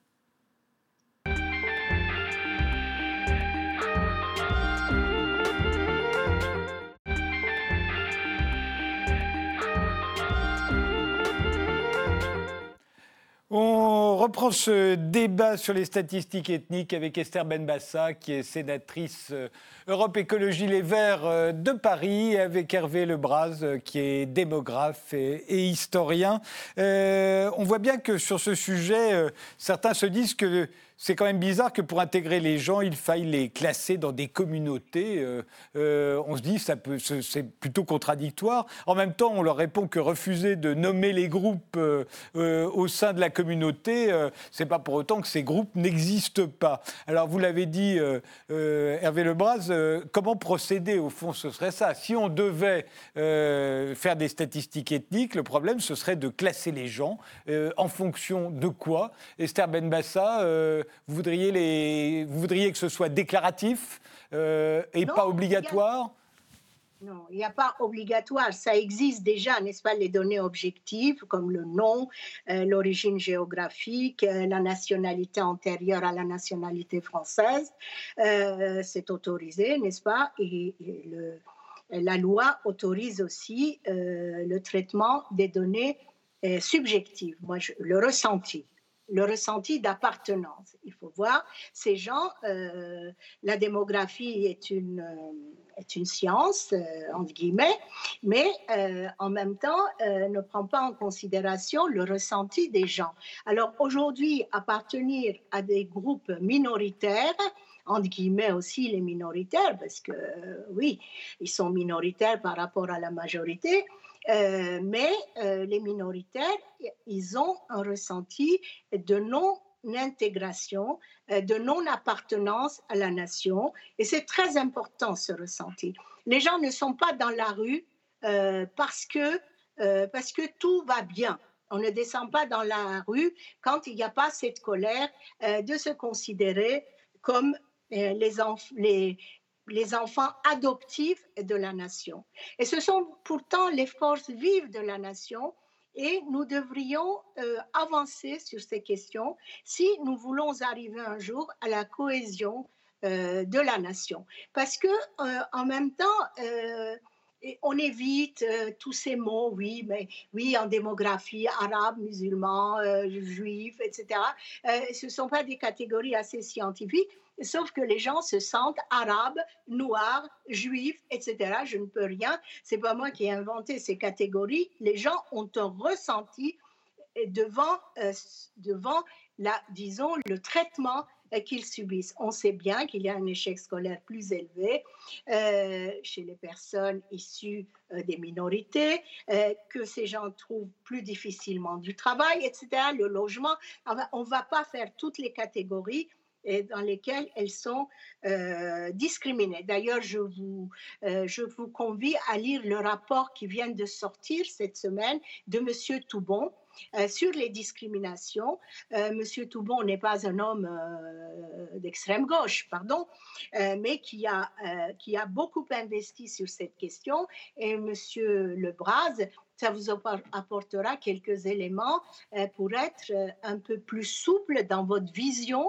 On reprend ce débat sur les statistiques ethniques avec Esther Benbassa, qui est sénatrice Europe Écologie Les Verts de Paris, avec Hervé Lebras, qui est démographe et, et historien. Euh, on voit bien que sur ce sujet, euh, certains se disent que c'est quand même bizarre que pour intégrer les gens, il faille les classer dans des communautés. Euh, euh, on se dit ça peut, c'est plutôt contradictoire. En même temps, on leur répond que refuser de nommer les groupes euh, euh, au sein de la communauté, euh, c'est pas pour autant que ces groupes n'existent pas. Alors, vous l'avez dit, euh, euh, Hervé Lebras, euh, comment procéder? Au fond, ce serait ça. Si on devait euh, faire des statistiques ethniques, le problème, ce serait de classer les gens euh, en fonction de quoi? Esther Benbassa, euh, Vous voudriez, les... vous voudriez que ce soit déclaratif euh, et non, pas obligatoire? a... Non, il n'y a pas obligatoire. Ça existe déjà, n'est-ce pas, les données objectives comme le nom, euh, l'origine géographique, euh, la nationalité antérieure à la nationalité française. Euh, c'est autorisé, n'est-ce pas? Et, et le, la loi autorise aussi euh, le traitement des données euh, subjectives, moi, je, le ressenti. le ressenti d'appartenance. Il faut voir, ces gens, euh, la démographie est une, euh, est une science, euh, entre guillemets, mais euh, en même temps, euh, ne prend pas en considération le ressenti des gens. Alors aujourd'hui, appartenir à des groupes minoritaires, entre guillemets aussi les minoritaires, parce que euh, oui, ils sont minoritaires par rapport à la majorité, Euh, mais euh, les minoritaires, ils ont un ressenti de non-intégration, euh, de non-appartenance à la nation. Et c'est très important, ce ressenti. Les gens ne sont pas dans la rue euh, parce que, euh, parce que tout va bien. On ne descend pas dans la rue quand il n'y a pas cette colère euh, de se considérer comme euh, les enfants... Les, les enfants adoptifs de la nation. Et ce sont pourtant les forces vives de la nation et nous devrions euh, avancer sur ces questions si nous voulons arriver un jour à la cohésion euh, de la nation. Parce que euh, en même temps, euh, on évite euh, tous ces mots, oui, mais oui, en démographie, arabes, musulmans, euh, juifs, et cetera. Euh, ce ne sont pas des catégories assez scientifiques, sauf que les gens se sentent arabes, noirs, juifs, et cetera. Je ne peux rien, ce n'est pas moi qui ai inventé ces catégories. Les gens ont un ressenti devant, euh, devant la, disons, le traitement qu'ils subissent. On sait bien qu'il y a un échec scolaire plus élevé euh, chez les personnes issues euh, des minorités, euh, que ces gens trouvent plus difficilement du travail, et cetera, le logement. Enfin, on ne va pas faire toutes les catégories et dans lesquelles elles sont euh, discriminées. D'ailleurs, je vous, euh, je vous convie à lire le rapport qui vient de sortir cette semaine de M. Toubon euh, sur les discriminations. Euh, M. Toubon n'est pas un homme euh, d'extrême gauche, pardon, euh, mais qui a, euh, qui a beaucoup investi sur cette question. Et M. Lebras, ça vous apportera quelques éléments euh, pour être euh, un peu plus souple dans votre vision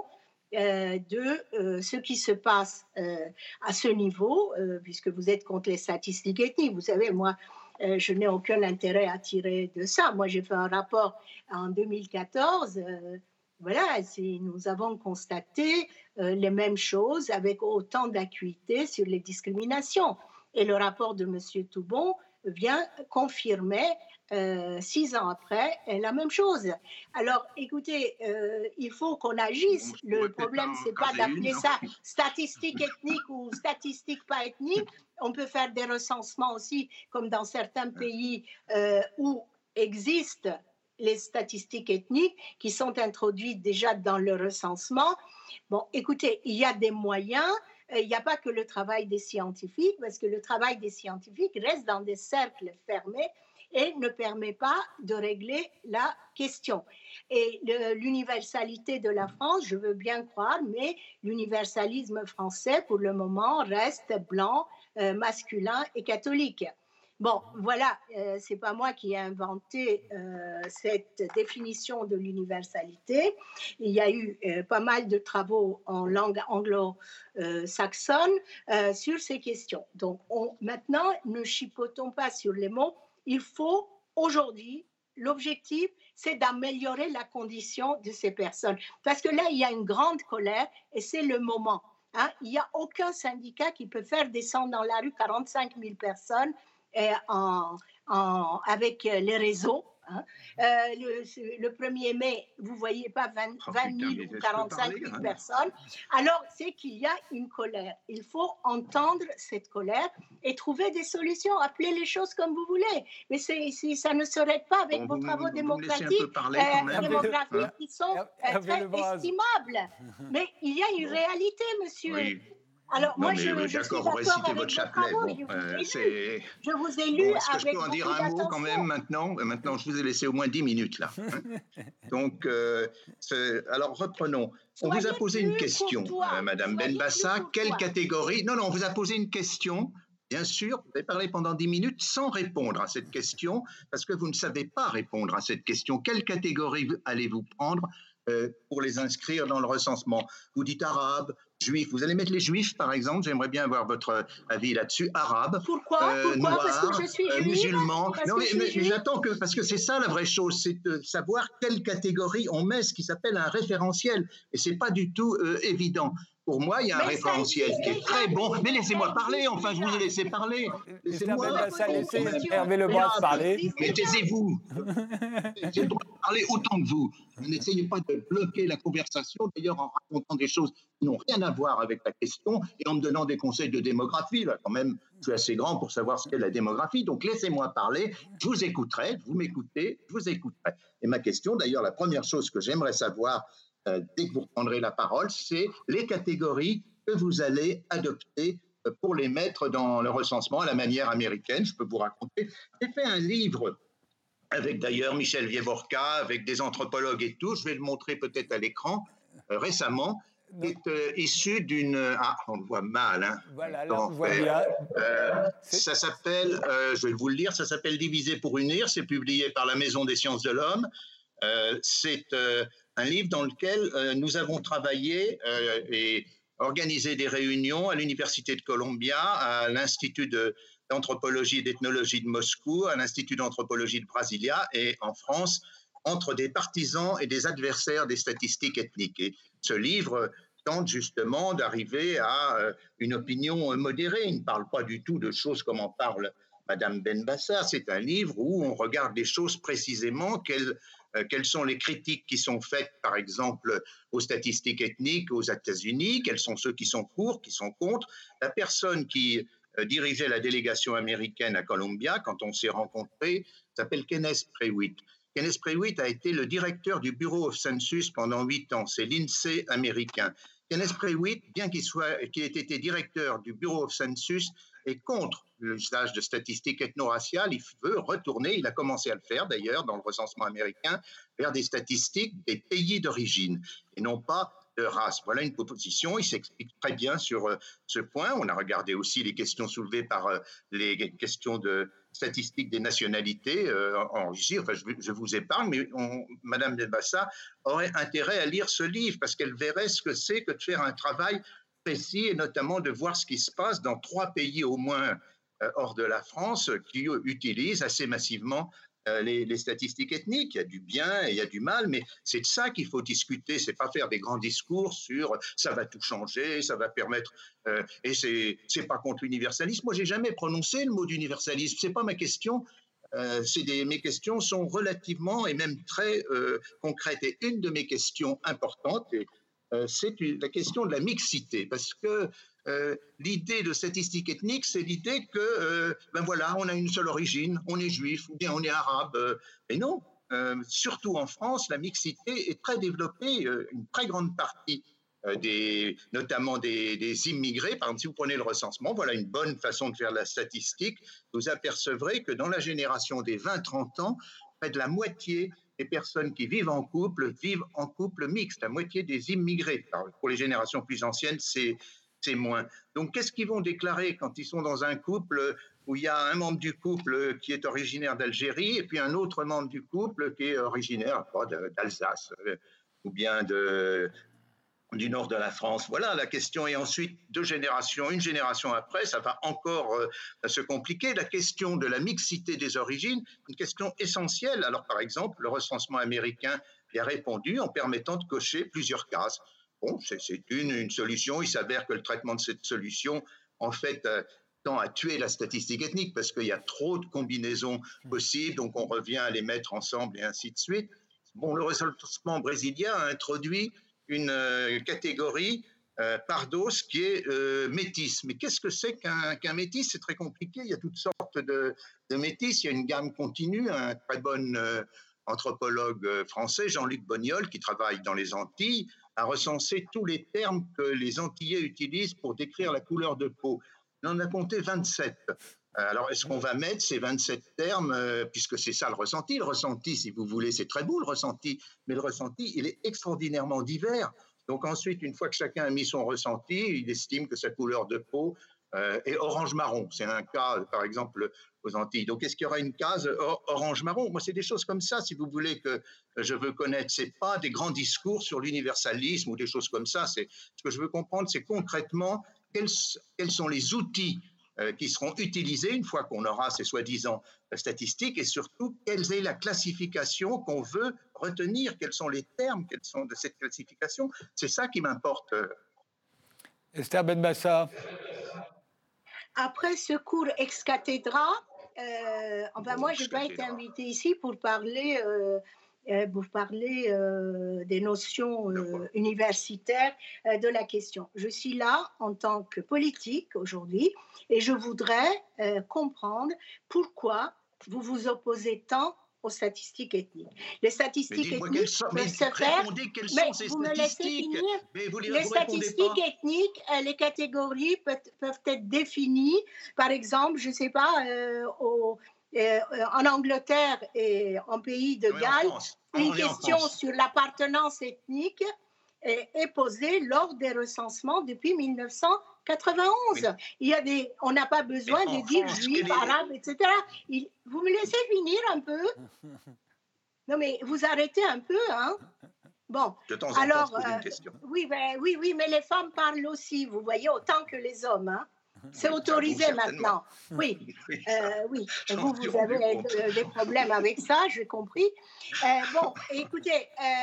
euh, de euh, ce qui se passe euh, à ce niveau, euh, puisque vous êtes contre les statistiques ethniques. Vous savez, moi, euh, je n'ai aucun intérêt à tirer de ça. Moi, j'ai fait un rapport en deux mille quatorze. Euh, voilà, nous avons constaté euh, les mêmes choses avec autant d'acuité sur les discriminations. Et le rapport de M. Toubon vient confirmer euh, six ans après la même chose. Alors, écoutez, euh, il faut qu'on agisse. Le problème, c'est pas d'appeler ça statistique ethnique ou statistique pas ethnique. On peut faire des recensements aussi, comme dans certains pays euh, où existent les statistiques ethniques qui sont introduites déjà dans le recensement. Bon, écoutez, il y a des moyens. Il n'y a pas que le travail des scientifiques, parce que le travail des scientifiques reste dans des cercles fermés et ne permet pas de régler la question. Et le, l'universalité de la France, je veux bien croire, mais l'universalisme français, pour le moment, reste blanc, euh, masculin et catholique. Bon, voilà, euh, c'est pas moi qui ai inventé euh, cette définition de l'universalité. Il y a eu euh, pas mal de travaux en langue anglo-saxonne euh, sur ces questions. Donc, on, maintenant, ne chipotons pas sur les mots. Il faut aujourd'hui, l'objectif, c'est d'améliorer la condition de ces personnes. Parce que là, il y a une grande colère et c'est le moment. Hein. Il n'y a aucun syndicat qui peut faire descendre dans la rue quarante-cinq mille personnes et en, en, avec les réseaux. Hein. Euh, le, le premier mai, vous ne voyez pas vingt, vingt mille ou quarante-cinq mille personnes. Alors, c'est qu'il y a une colère. Il faut entendre cette colère et trouver des solutions. Appelez les choses comme vous voulez. Mais c'est, c'est, ça ne serait pas avec bon, vos vous, travaux vous, démocratiques, vous parler, euh, démographiques hein. qui sont euh, très estimables. Mais il y a une réalité, monsieur. Oui. Alors, non, moi, je, je suis d'accord avec votre chapelet. Bon, je, euh, c'est... je vous ai lu bon, est-ce que avec je peux en dire un mot quand même maintenant Maintenant, je vous ai laissé au moins dix minutes là. Hein. Donc, euh, alors reprenons. On Soyez vous a posé une question, euh, Madame Benbassa. Quelle catégorie Non, non, on vous a posé une question. Bien sûr, vous avez parlé pendant dix minutes sans répondre à cette question, parce que vous ne savez pas répondre à cette question. Quelle catégorie allez-vous prendre euh, pour les inscrire dans le recensement? Vous dites arabe, juif. Vous allez mettre les juifs, par exemple. J'aimerais bien avoir votre avis là-dessus. Arabe, Pourquoi, euh, Pourquoi noir, parce que je suis euh, musulman. Non, mais, mais, mais j'attends que, parce que c'est ça la vraie chose, c'est de savoir quelle catégorie on met, ce qui s'appelle un référentiel. Et c'est pas du tout euh, évident. Pour moi, il y a un mais référentiel qui est très bon. Mais laissez-moi parler, enfin, je vous ai laissé parler. Laissez-moi laisser Hervé Lebras parler. Mais taisez-vous. J'ai le droit de parler autant que vous. N'essayez pas de bloquer la conversation, d'ailleurs en racontant des choses qui n'ont rien à voir avec la question et en me donnant des conseils de démographie. Là, quand même, je suis assez grand pour savoir ce qu'est la démographie. Donc, laissez-moi parler. Je vous écouterai. Vous m'écoutez. Je vous écouterai. Et ma question, d'ailleurs, la première chose que j'aimerais savoir, Euh, dès que vous prendrez la parole, c'est les catégories que vous allez adopter euh, pour les mettre dans le recensement à la manière américaine. Je peux vous raconter. J'ai fait un livre avec d'ailleurs Michel Vievorka, avec des anthropologues et tout. Je vais le montrer peut-être à l'écran euh, récemment. Qui est euh, issu d'une... Ah, on le voit mal. Hein. Voilà, là, on voit bien. Euh, ça s'appelle, euh, je vais vous le lire, ça s'appelle Diviser pour unir. C'est publié par la Maison des sciences de l'homme. Euh, c'est... Euh, un livre dans lequel euh, nous avons travaillé euh, et organisé des réunions à l'Université de Columbia, à l'Institut de, d'anthropologie et d'ethnologie de Moscou, à l'Institut d'anthropologie de Brasilia et en France, entre des partisans et des adversaires des statistiques ethniques. Et ce livre tente justement d'arriver à euh, une opinion modérée. Il ne parle pas du tout de choses comme en parle Madame Benbassa. C'est un livre où on regarde les choses précisément, qu'elles Euh, quelles sont les critiques qui sont faites, par exemple, aux statistiques ethniques aux États-Unis, quels sont ceux qui sont pour, qui sont contre. La personne qui euh, dirigeait la délégation américaine à Columbia, quand on s'est rencontrés, s'appelle Kenneth Prewitt. Kenneth Prewitt a été le directeur du Bureau of Census pendant huit ans, c'est l'I N S E E américain. Kenneth Prewitt, bien qu'il soit, qu'il ait été directeur du Bureau of Census, est contre l'usage de statistiques ethno-raciales. Il veut retourner, il a commencé à le faire d'ailleurs dans le recensement américain, vers des statistiques des pays d'origine et non pas de race. Voilà une proposition, il s'explique très bien sur euh, ce point. On a regardé aussi les questions soulevées par euh, les questions de statistique des nationalités euh, enrichie. Enfin, je, je vous épargne, mais on, Madame Benbassa aurait intérêt à lire ce livre parce qu'elle verrait ce que c'est que de faire un travail précis et notamment de voir ce qui se passe dans trois pays au moins euh, hors de la France qui utilisent assez massivement euh, les, les statistiques ethniques. Il y a du bien et il y a du mal, mais c'est de ça qu'il faut discuter. C'est pas faire des grands discours sur ça va tout changer, ça va permettre euh, et c'est c'est pas contre l'universalisme. Moi, j'ai jamais prononcé le mot d'universalisme. C'est pas ma question. Euh, c'est des, mes questions sont relativement et même très euh, concrètes. Et une de mes questions importantes, et, euh, c'est la question de la mixité, parce que euh, l'idée de statistique ethnique, c'est l'idée que, euh, ben voilà, on a une seule origine, on est juif ou bien on est arabe. Euh, et non, euh, surtout en France, la mixité est très développée. Euh, une très grande partie Euh, des, notamment des, des immigrés. Par exemple, si vous prenez le recensement, voilà une bonne façon de faire la statistique. Vous apercevrez que dans la génération des vingt trente ans, près de la moitié des personnes qui vivent en couple vivent en couple mixte, la moitié des immigrés. Alors, pour les générations plus anciennes, c'est, c'est moins. Donc, qu'est-ce qu'ils vont déclarer quand ils sont dans un couple où il y a un membre du couple qui est originaire d'Algérie et puis un autre membre du couple qui est originaire d'Alsace ou bien de... du nord de la France. Voilà la question. Et ensuite, deux générations, une génération après, ça va encore euh, se compliquer. La question de la mixité des origines, une question essentielle. Alors, par exemple, le recensement américain y a répondu en permettant de cocher plusieurs cases. Bon, c'est, c'est une, une solution. Il s'avère que le traitement de cette solution, en fait, euh, tend à tuer la statistique ethnique parce qu'il y a trop de combinaisons possibles, donc on revient à les mettre ensemble et ainsi de suite. Bon, le recensement brésilien a introduit une euh, catégorie euh, pardos qui est euh, métisse. Mais qu'est-ce que c'est qu'un, qu'un métis? C'est très compliqué. Il y a toutes sortes de, de métis. Il y a une gamme continue. Un très bon euh, anthropologue français, Jean-Luc Bognol, qui travaille dans les Antilles, a recensé tous les termes que les Antillais utilisent pour décrire la couleur de peau. Il en a compté vingt-sept. Alors, est-ce qu'on va mettre ces vingt-sept termes, euh, puisque c'est ça le ressenti? Le ressenti, si vous voulez, c'est très beau le ressenti, mais le ressenti, il est extraordinairement divers. Donc ensuite, une fois que chacun a mis son ressenti, il estime que sa couleur de peau euh, est orange-marron. C'est un cas, par exemple, aux Antilles. Donc est-ce qu'il y aura une case orange-marron? Moi, c'est des choses comme ça, si vous voulez, que je veux connaître. C'est pas des grands discours sur l'universalisme ou des choses comme ça. C'est, ce que je veux comprendre, c'est concrètement quels, quels sont les outils qui seront utilisés une fois qu'on aura ces soi-disant statistiques et surtout quelle est la classification qu'on veut retenir, quels sont les termes, quels sont de cette classification. C'est ça qui m'importe. Esther Benbassa. Après ce cours ex cathedra, euh, enfin moi je dois être invitée ici pour parler euh, Euh, vous parlez euh, des notions euh, universitaires euh, de la question. Je suis là en tant que politique aujourd'hui et je voudrais euh, comprendre pourquoi vous vous opposez tant aux statistiques ethniques. Les statistiques ethniques sont, peuvent se faire, mais vous me laissez finir. Les vous statistiques ethniques, euh, les catégories peuvent, peuvent être définies, par exemple, je ne sais pas, euh, au Euh, en Angleterre et en pays de Galles, une question sur l'appartenance ethnique est, est posée lors des recensements depuis dix-neuf cent quatre-vingt-onze. Oui. Il y a des, on n'a pas besoin de dire juif, arabe, et cetera. Il, vous me laissez finir un peu? Non mais vous arrêtez un peu, hein? Bon, de temps en alors, temps, euh, une question. Oui, ben, oui, oui, mais les femmes parlent aussi, vous voyez, autant que les hommes, hein? C'est autorisé vous, maintenant. Oui, euh, oui. Vous, vous avez euh, des problèmes avec ça, j'ai compris. Euh, bon, écoutez,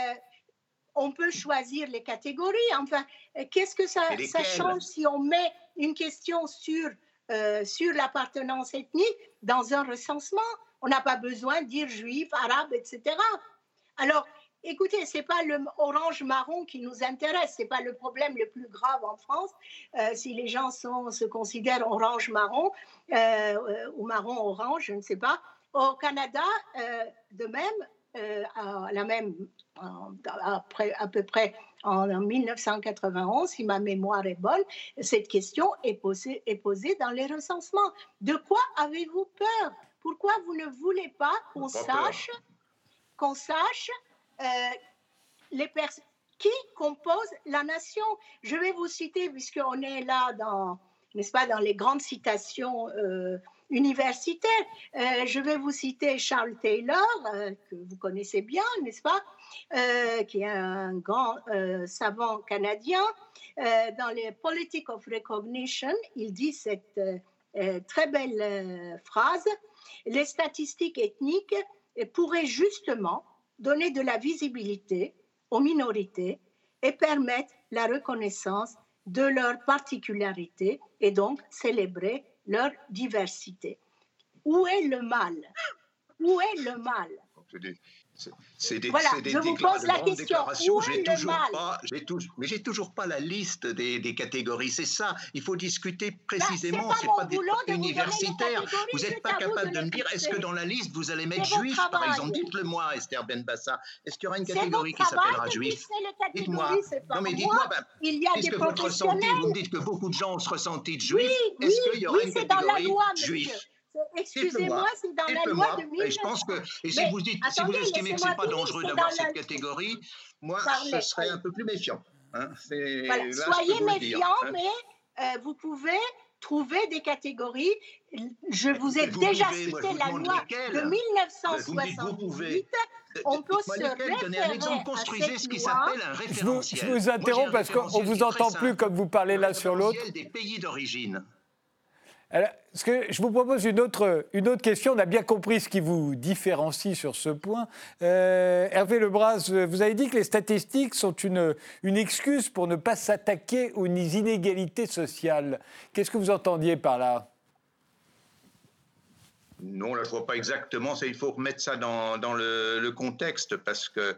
euh, on peut choisir les catégories. Enfin, qu'est-ce que ça, ça change si on met une question sur, euh, sur l'appartenance ethnique dans un recensement? On n'a pas besoin de dire juif, arabe, et cetera. Alors, écoutez, ce n'est pas le orange-marron qui nous intéresse, ce n'est pas le problème le plus grave en France. Euh, si les gens sont, se considèrent orange-marron euh, ou marron-orange, je ne sais pas. Au Canada, euh, de même, euh, à, la même après, à peu près en, en dix-neuf cent quatre-vingt-onze, si ma mémoire est bonne, cette question est posée, est posée dans les recensements. De quoi avez-vous peur? Pourquoi vous ne voulez pas qu'on pas sache, qu'on sache Euh, les pers- qui composent la nation? Je vais vous citer, puisqu'on est là dans, n'est-ce pas, dans les grandes citations euh, universitaires. Euh, je vais vous citer Charles Taylor, euh, que vous connaissez bien, n'est-ce pas, euh, qui est un grand euh, savant canadien. Euh, dans les Politics of Recognition, il dit cette euh, très belle euh, phrase: les statistiques ethniques pourraient justement donner de la visibilité aux minorités et permettre la reconnaissance de leurs particularités et donc célébrer leur diversité. Où est le mal? Où est le mal? C'est, c'est des, voilà, c'est des je vous pose la question. Où est le mal? Pas, j'ai tout, mais j'ai toujours pas la liste des, des catégories. C'est ça. Il faut discuter précisément. Ben, c'est pas, c'est pas des universitaires. Vous n'êtes pas capable de me dire, est-ce que dans la liste vous allez mettre juif, par exemple? Dites-le-moi, Esther Benbassa. Est-ce qu'il y aura une catégorie qui s'appellera juif? Dites-moi. Non, mais dites-moi. Ben, il y a puisque des votre ressenti, vous me dites que beaucoup de gens ont ce ressenti de juif. Oui, est-ce oui, qu'il y aura oui, une c'est dans la catégorie loi, juif? monsieur. Excusez-moi, c'est dans la loi de mille neuf cents. Et je pense que, et si vous dites, si vous estimez que c'est pas dangereux d'avoir cette catégorie, moi, je serais un peu plus méfiant. Hein. C'est voilà. là, Soyez méfiant, hein. mais euh, vous pouvez trouver des catégories. Je vous ai vous déjà pouvez, cité moi, la loi de mille neuf cent soixante-dix-huit. On peut se donner un exemple, construisez ce qui s'appelle un référentiel. Je vous, je vous interromps parce qu'on ne vous entend plus comme vous parlez l'un sur l'autre. Des pays d'origine. Alors, ce que je vous propose une autre, une autre question. On a bien compris ce qui vous différencie sur ce point. Euh, Hervé Lebras, vous avez dit que les statistiques sont une, une excuse pour ne pas s'attaquer aux inégalités sociales. Qu'est-ce que vous entendiez par là? Non, là, je ne vois pas exactement. Ça, il faut remettre ça dans, dans le, le contexte parce que...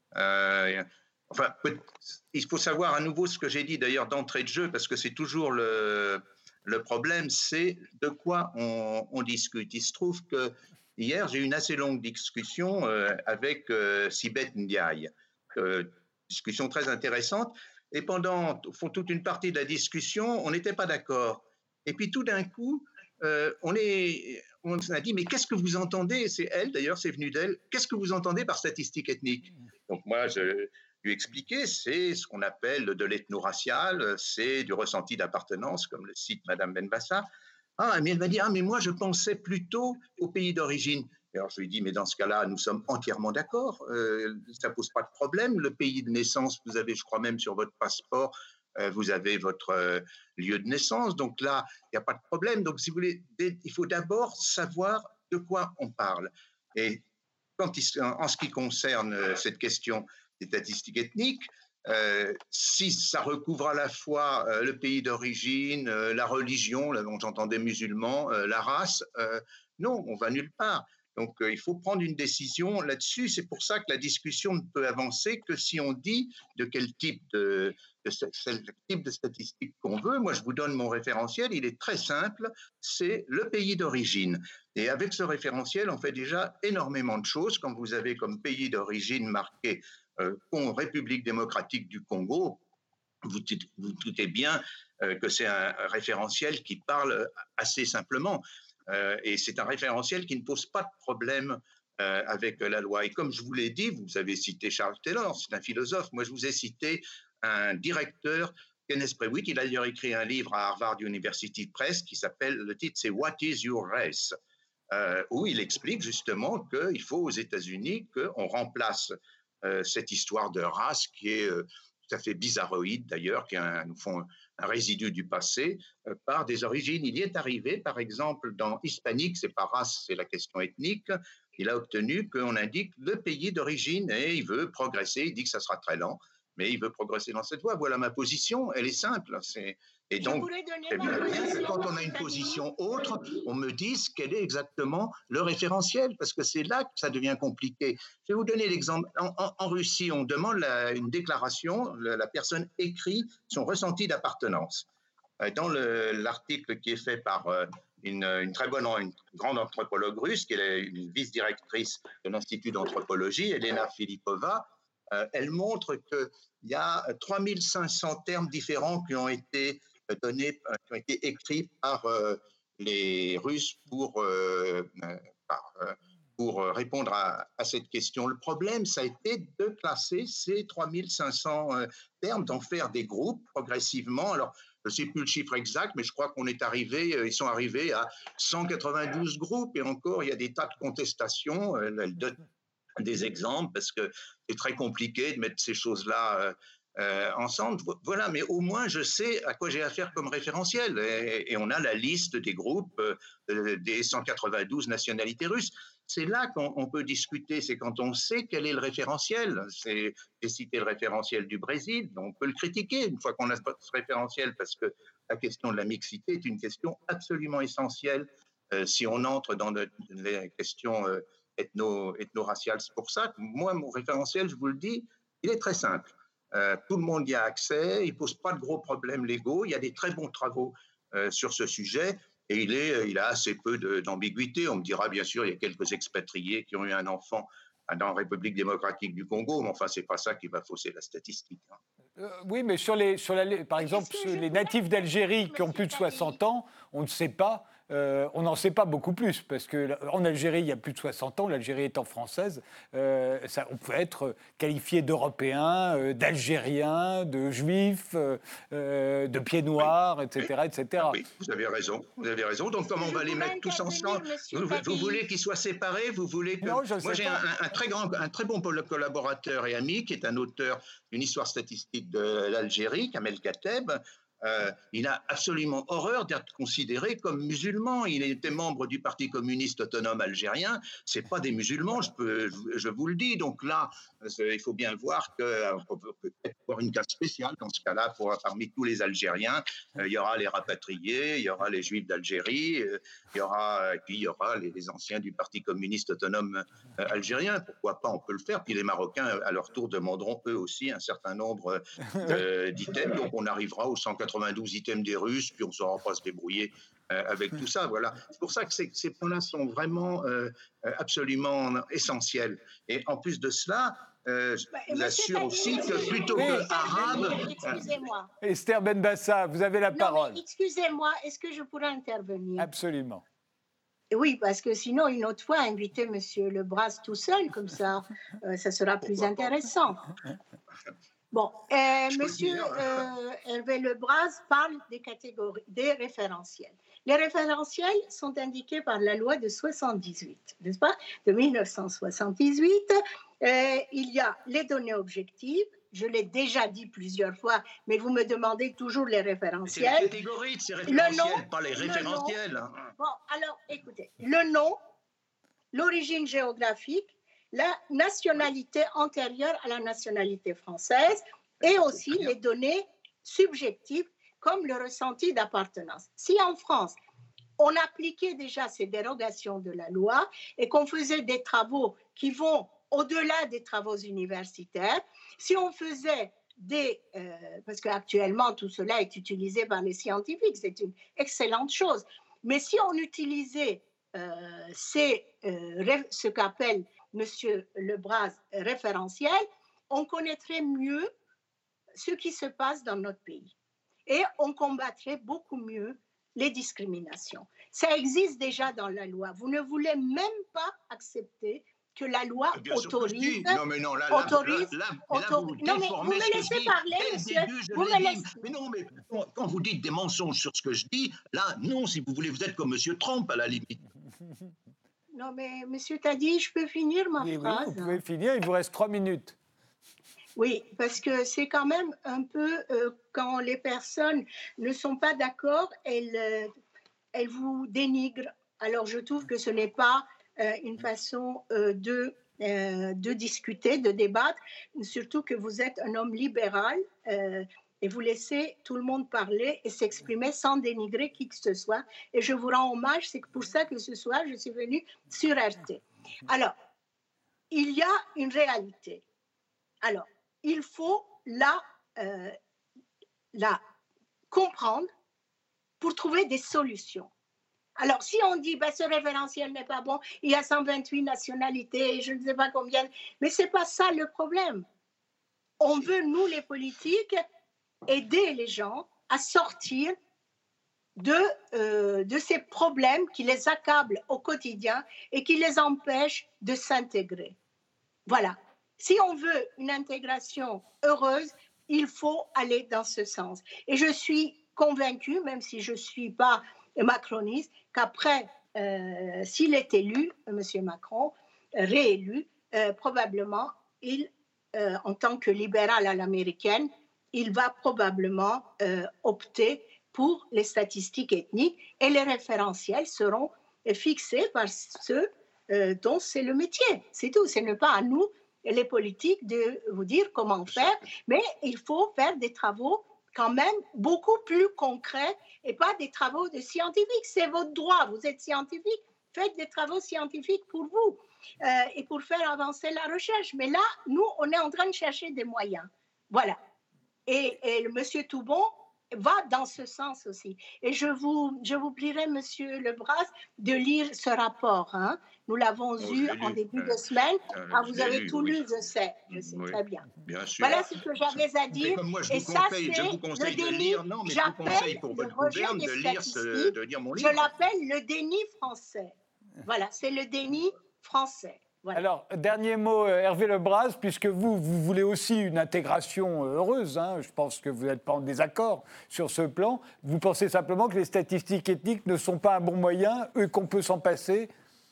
Euh, enfin, il faut savoir à nouveau ce que j'ai dit d'ailleurs d'entrée de jeu parce que c'est toujours le... Le problème, c'est de quoi on, on discute. Il se trouve que hier, j'ai eu une assez longue discussion euh, avec euh, Sibeth Ndiaye, euh, discussion très intéressante. Et pendant au fond, toute une partie de la discussion, on n'était pas d'accord. Et puis tout d'un coup, euh, on, est, on a dit, mais qu'est-ce que vous entendez? C'est elle, d'ailleurs, c'est venu d'elle. Qu'est-ce que vous entendez par statistique ethnique? Donc moi, je... lui expliquer, c'est ce qu'on appelle de l'ethno-racial, c'est du ressenti d'appartenance, comme le cite Madame Benbassa. Ah, mais elle m'a dit, ah, mais moi, je pensais plutôt au pays d'origine. Alors, je lui ai dit, mais dans ce cas-là, nous sommes entièrement d'accord, euh, ça ne pose pas de problème. Le pays de naissance, vous avez, je crois même, sur votre passeport, euh, vous avez votre euh, lieu de naissance. Donc là, il n'y a pas de problème. Donc, si vous voulez, il faut d'abord savoir de quoi on parle. Et quand il, en ce qui concerne cette question des statistiques ethniques, euh, si ça recouvre à la fois euh, le pays d'origine, euh, la religion, là dont j'entendais musulmans, euh, la race, euh, non, on va nulle part. Donc euh, il faut prendre une décision là-dessus. C'est pour ça que la discussion ne peut avancer que si on dit de quel type de, de, de, type de statistiques qu'on veut. Moi, je vous donne mon référentiel, il est très simple, c'est le pays d'origine. Et avec ce référentiel, on fait déjà énormément de choses. Quand vous avez comme pays d'origine marqué Euh, République démocratique du Congo, vous vous doutez bien euh, que c'est un référentiel qui parle assez simplement. Euh, et c'est un référentiel qui ne pose pas de problème euh, avec la loi. Et comme je vous l'ai dit, vous avez cité Charles Taylor, c'est un philosophe. Moi, je vous ai cité un directeur, Kenneth Prewitt. Il a d'ailleurs écrit un livre à Harvard University Press qui s'appelle, le titre c'est What is your race? Euh, où il explique justement qu'il faut aux États-Unis qu'on remplace Euh, cette histoire de race qui est euh, tout à fait bizarroïde d'ailleurs, qui est un, au fond, un résidu du passé, euh, par des origines. Il y est arrivé, par exemple, dans hispanique, c'est pas race, c'est la question ethnique, il a obtenu qu'on indique le pays d'origine et il veut progresser, il dit que ça sera très lent, mais il veut progresser dans cette voie. Voilà ma position, elle est simple. C'est... Et donc, c'est bien, bien que quand on a une position autre, on me dise quel est exactement le référentiel, parce que c'est là que ça devient compliqué. Je vais vous donner l'exemple. En, en, en Russie, on demande la, une déclaration, la, la personne écrit son ressenti d'appartenance. Dans le, l'article qui est fait par une, une très bonne, une grande anthropologue russe, qui est une vice-directrice de l'Institut d'anthropologie, Elena Filipova, euh, elle montre qu'il y a trois mille cinq cents termes différents qui ont été donnés, qui ont été écrits par euh, les Russes pour, euh, par, euh, pour répondre à, à cette question. Le problème, ça a été de classer ces trois mille cinq cents euh, termes, d'en faire des groupes progressivement. Alors, je ne sais plus le chiffre exact, mais je crois qu'on est arrivé, ils sont arrivés à cent quatre-vingt-douze groupes, et encore, il y a des tas de contestations. Elle donne des exemples, parce que c'est très compliqué de mettre ces choses-là euh, euh, ensemble. Voilà, mais au moins, je sais à quoi j'ai affaire comme référentiel. Et, et on a la liste des groupes euh, des cent quatre-vingt-douze nationalités russes. C'est là qu'on peut discuter, c'est quand on sait quel est le référentiel. J'ai cité le référentiel du Brésil, on peut le critiquer une fois qu'on a ce référentiel, parce que la question de la mixité est une question absolument essentielle euh, si on entre dans de, les questions euh, ethno, ethno-raciales. C'est pour ça que moi, mon référentiel, je vous le dis, il est très simple. Euh, tout le monde y a accès, il ne pose pas de gros problèmes légaux, il y a des très bons travaux euh, sur ce sujet. Et il, est, il a assez peu d'ambiguïté. On me dira, bien sûr, il y a quelques expatriés qui ont eu un enfant dans la République démocratique du Congo, mais enfin, ce n'est pas ça qui va fausser la statistique. Hein. Euh, oui, mais sur les, sur la, par exemple, sur les natifs d'Algérie qui ont plus de soixante ans, on ne sait pas, euh, on n'en sait pas beaucoup plus, parce qu'en Algérie, il y a plus de soixante ans, l'Algérie étant française, euh, ça, on peut être qualifié d'Européens, euh, d'Algériens, de Juifs, euh, de Pieds Noirs, oui. et cetera, et cetera. Oui, vous avez raison, vous avez raison. Donc, comment on va les mettre tous ensemble? Vous, vous voulez qu'ils soient séparés? Vous voulez que... Non, je Moi, j'ai un, un, très grand, un très bon collaborateur et ami qui est un auteur d'une histoire statistique de l'Algérie, Kamel Kateb. Euh, il a absolument horreur d'être considéré comme musulman. Il était membre du Parti communiste autonome algérien. C'est pas des musulmans, je, peux, je vous le dis. Donc là, il faut bien voir qu'on peut peut-être avoir une case spéciale dans ce cas-là pour, parmi tous les Algériens. Euh, il y aura les rapatriés, il y aura les Juifs d'Algérie, euh, il y aura, et puis il y aura les, les anciens du Parti communiste autonome euh, algérien. Pourquoi pas, on peut le faire. Puis les Marocains, à leur tour, demanderont eux aussi un certain nombre euh, d'items. Donc on arrivera aux cent quatre-vingt-douze items des Russes, puis on ne saura pas se débrouiller euh, avec tout ça. Voilà. C'est pour ça que ces, ces points-là sont vraiment euh, absolument essentiels. Et en plus de cela, euh, je bah, vous assure aussi que plutôt oui. que arabe... Excusez-moi. Esther Benbassa, vous avez la non, parole. Excusez-moi, est-ce que je pourrais intervenir? Absolument. Oui, parce que sinon, une autre fois, inviter M. Lebras tout seul, comme ça, euh, ça sera plus intéressant. Bon, euh, monsieur euh, Hervé Lebras parle des catégories, des référentiels. Les référentiels sont indiqués par la loi de soixante-dix-huit, n'est-ce pas? De mille neuf cent soixante-dix-huit. Euh, il y a les données objectives. Je l'ai déjà dit plusieurs fois, mais vous me demandez toujours les référentiels. C'est les catégories de ces référentiels, nom, pas les référentiels. Nom, bon, alors, écoutez, le nom, l'origine géographique, la nationalité antérieure à la nationalité française et aussi les données subjectives comme le ressenti d'appartenance. Si en France, on appliquait déjà ces dérogations de la loi et qu'on faisait des travaux qui vont au-delà des travaux universitaires, si on faisait des... Euh, parce qu'actuellement, tout cela est utilisé par les scientifiques, c'est une excellente chose, mais si on utilisait euh, ces, euh, ce qu'appelle M. Lebras référentiel, on connaîtrait mieux ce qui se passe dans notre pays. Et on combattrait beaucoup mieux les discriminations. Ça existe déjà dans la loi. Vous ne voulez même pas accepter que la loi bien autorise... Non, mais non, là, là, autorise, là, là, autorise, là non, mais vous me laissez parler, monsieur. Vous me laissez... Mais non, mais quand vous dites des mensonges sur ce que je dis, là, non, si vous voulez, vous êtes comme monsieur Trump, à la limite. Non, mais monsieur Tadi, je peux finir ma oui, phrase. Oui, vous pouvez finir, il vous reste trois minutes. Oui, parce que c'est quand même un peu, euh, quand les personnes ne sont pas d'accord, elles, euh, elles vous dénigrent. Alors, je trouve que ce n'est pas euh, une façon euh, de, euh, de discuter, de débattre, surtout que vous êtes un homme libéral euh, et vous laissez tout le monde parler et s'exprimer sans dénigrer qui que ce soit. Et je vous rends hommage, c'est pour ça que ce soir, je suis venue sur R T. Alors, il y a une réalité. Alors, il faut la, euh, la comprendre pour trouver des solutions. Alors, si on dit ben, ce référentiel n'est pas bon, il y a cent vingt-huit nationalités, je ne sais pas combien, mais ce n'est pas ça le problème. On veut, nous les politiques, aider les gens à sortir de, euh, de ces problèmes qui les accablent au quotidien et qui les empêchent de s'intégrer. Voilà. Si on veut une intégration heureuse, il faut aller dans ce sens. Et je suis convaincue, même si je ne suis pas macroniste, qu'après, euh, s'il est élu, M. Macron, réélu, euh, probablement, il, euh, en tant que libéral à l'américaine, il va probablement euh, opter pour les statistiques ethniques et les référentiels seront fixés par ceux euh, dont c'est le métier. C'est tout. Ce n'est pas à nous, les politiques, de vous dire comment faire, mais il faut faire des travaux quand même beaucoup plus concrets et pas des travaux de scientifiques. C'est votre droit, vous êtes scientifique, faites des travaux scientifiques pour vous euh, et pour faire avancer la recherche. Mais là, nous, on est en train de chercher des moyens. Voilà. Et, et le monsieur Toubon va dans ce sens aussi. Et je vous, je vous prierai, monsieur Lebras, de lire ce rapport. Hein. Nous l'avons oh, eu en début euh, de semaine. Euh, ah, vous avez lu, tout oui. lu, je sais. Je sais oui, très bien. Bien sûr. Voilà ce que j'avais à dire. Comme moi, je et vous ça, conseille, je vous conseille de lire. Non, mais je vous conseille pour votre gouverne de lire, ce, de lire mon livre. Je l'appelle le déni français. Voilà, c'est le déni français. Voilà. Alors, dernier mot, Hervé Lebras, puisque vous, vous voulez aussi une intégration heureuse, hein, je pense que vous n'êtes pas en désaccord sur ce plan. Vous pensez simplement que les statistiques ethniques ne sont pas un bon moyen, eux, qu'on peut s'en passer ?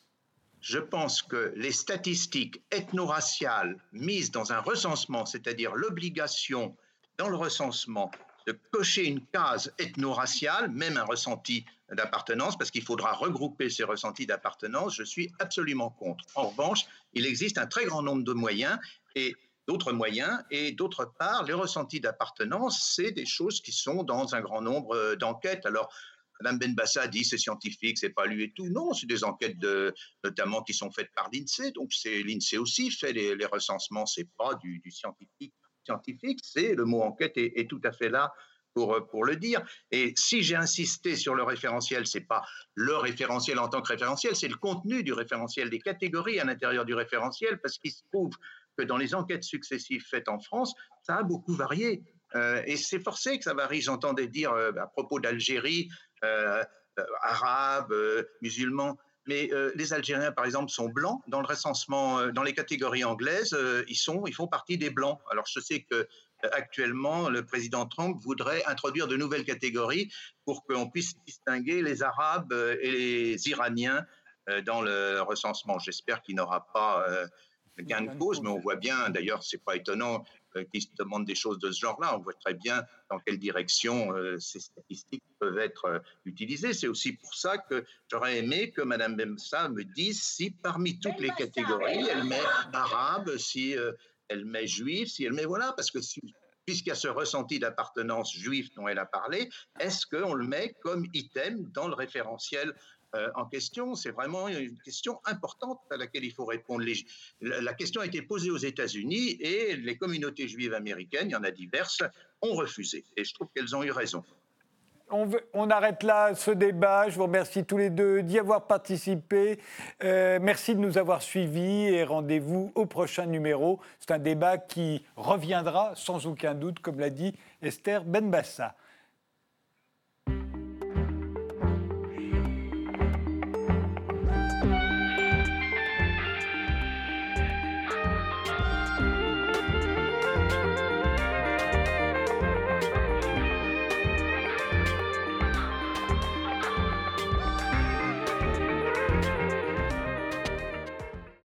Je pense que les statistiques ethno-raciales mises dans un recensement, c'est-à-dire l'obligation dans le recensement de cocher une case ethno-raciale, même un ressenti d'appartenance, parce qu'il faudra regrouper ces ressentis d'appartenance, je suis absolument contre. En revanche, il existe un très grand nombre de moyens et d'autres moyens, et d'autre part, les ressentis d'appartenance, c'est des choses qui sont dans un grand nombre d'enquêtes. Alors, Mme Benbassa dit c'est scientifique, c'est pas lui et tout. Non, c'est des enquêtes de, notamment qui sont faites par l'INSEE, donc c'est l'INSEE aussi fait les, les recensements, c'est pas du, du scientifique. Scientifique, c'est le mot enquête est, est tout à fait là pour, pour le dire. Et si j'ai insisté sur le référentiel, c'est pas le référentiel en tant que référentiel, c'est le contenu du référentiel, des catégories à l'intérieur du référentiel, parce qu'il se trouve que dans les enquêtes successives faites en France, ça a beaucoup varié. Euh, et c'est forcé que ça varie. J'entendais dire euh, à propos d'Algérie, euh, euh, arabes, euh, musulmans. Mais euh, les Algériens, par exemple, sont blancs. Dans le recensement, euh, dans les catégories anglaises, euh, ils, sont, ils font partie des blancs. Alors, je sais que euh, actuellement, le président Trump voudrait introduire de nouvelles catégories pour qu'on puisse distinguer les Arabes euh, et les Iraniens euh, dans le recensement. J'espère qu'il n'aura pas euh, gain de cause, mais on voit bien, d'ailleurs, c'est pas étonnant euh, qu'ils se demandent des choses de ce genre-là. On voit très bien dans quelle direction euh, ces statistiques peuvent être euh, utilisées. C'est aussi pour ça que j'aurais aimé que Mme Benbassa me dise si parmi toutes les catégories, elle met arabe, si euh, elle met juif, si elle met voilà, parce que si, puisqu'il y a ce ressenti d'appartenance juif dont elle a parlé, est-ce qu'on le met comme item dans le référentiel Euh, en question? C'est vraiment une question importante à laquelle il faut répondre. Les, la, la question a été posée aux États-Unis et les communautés juives américaines, il y en a diverses, ont refusé. Et je trouve qu'elles ont eu raison. On, veut, on arrête là ce débat. Je vous remercie tous les deux d'y avoir participé. Euh, merci de nous avoir suivis et rendez-vous au prochain numéro. C'est un débat qui reviendra sans aucun doute, comme l'a dit Esther Benbassa.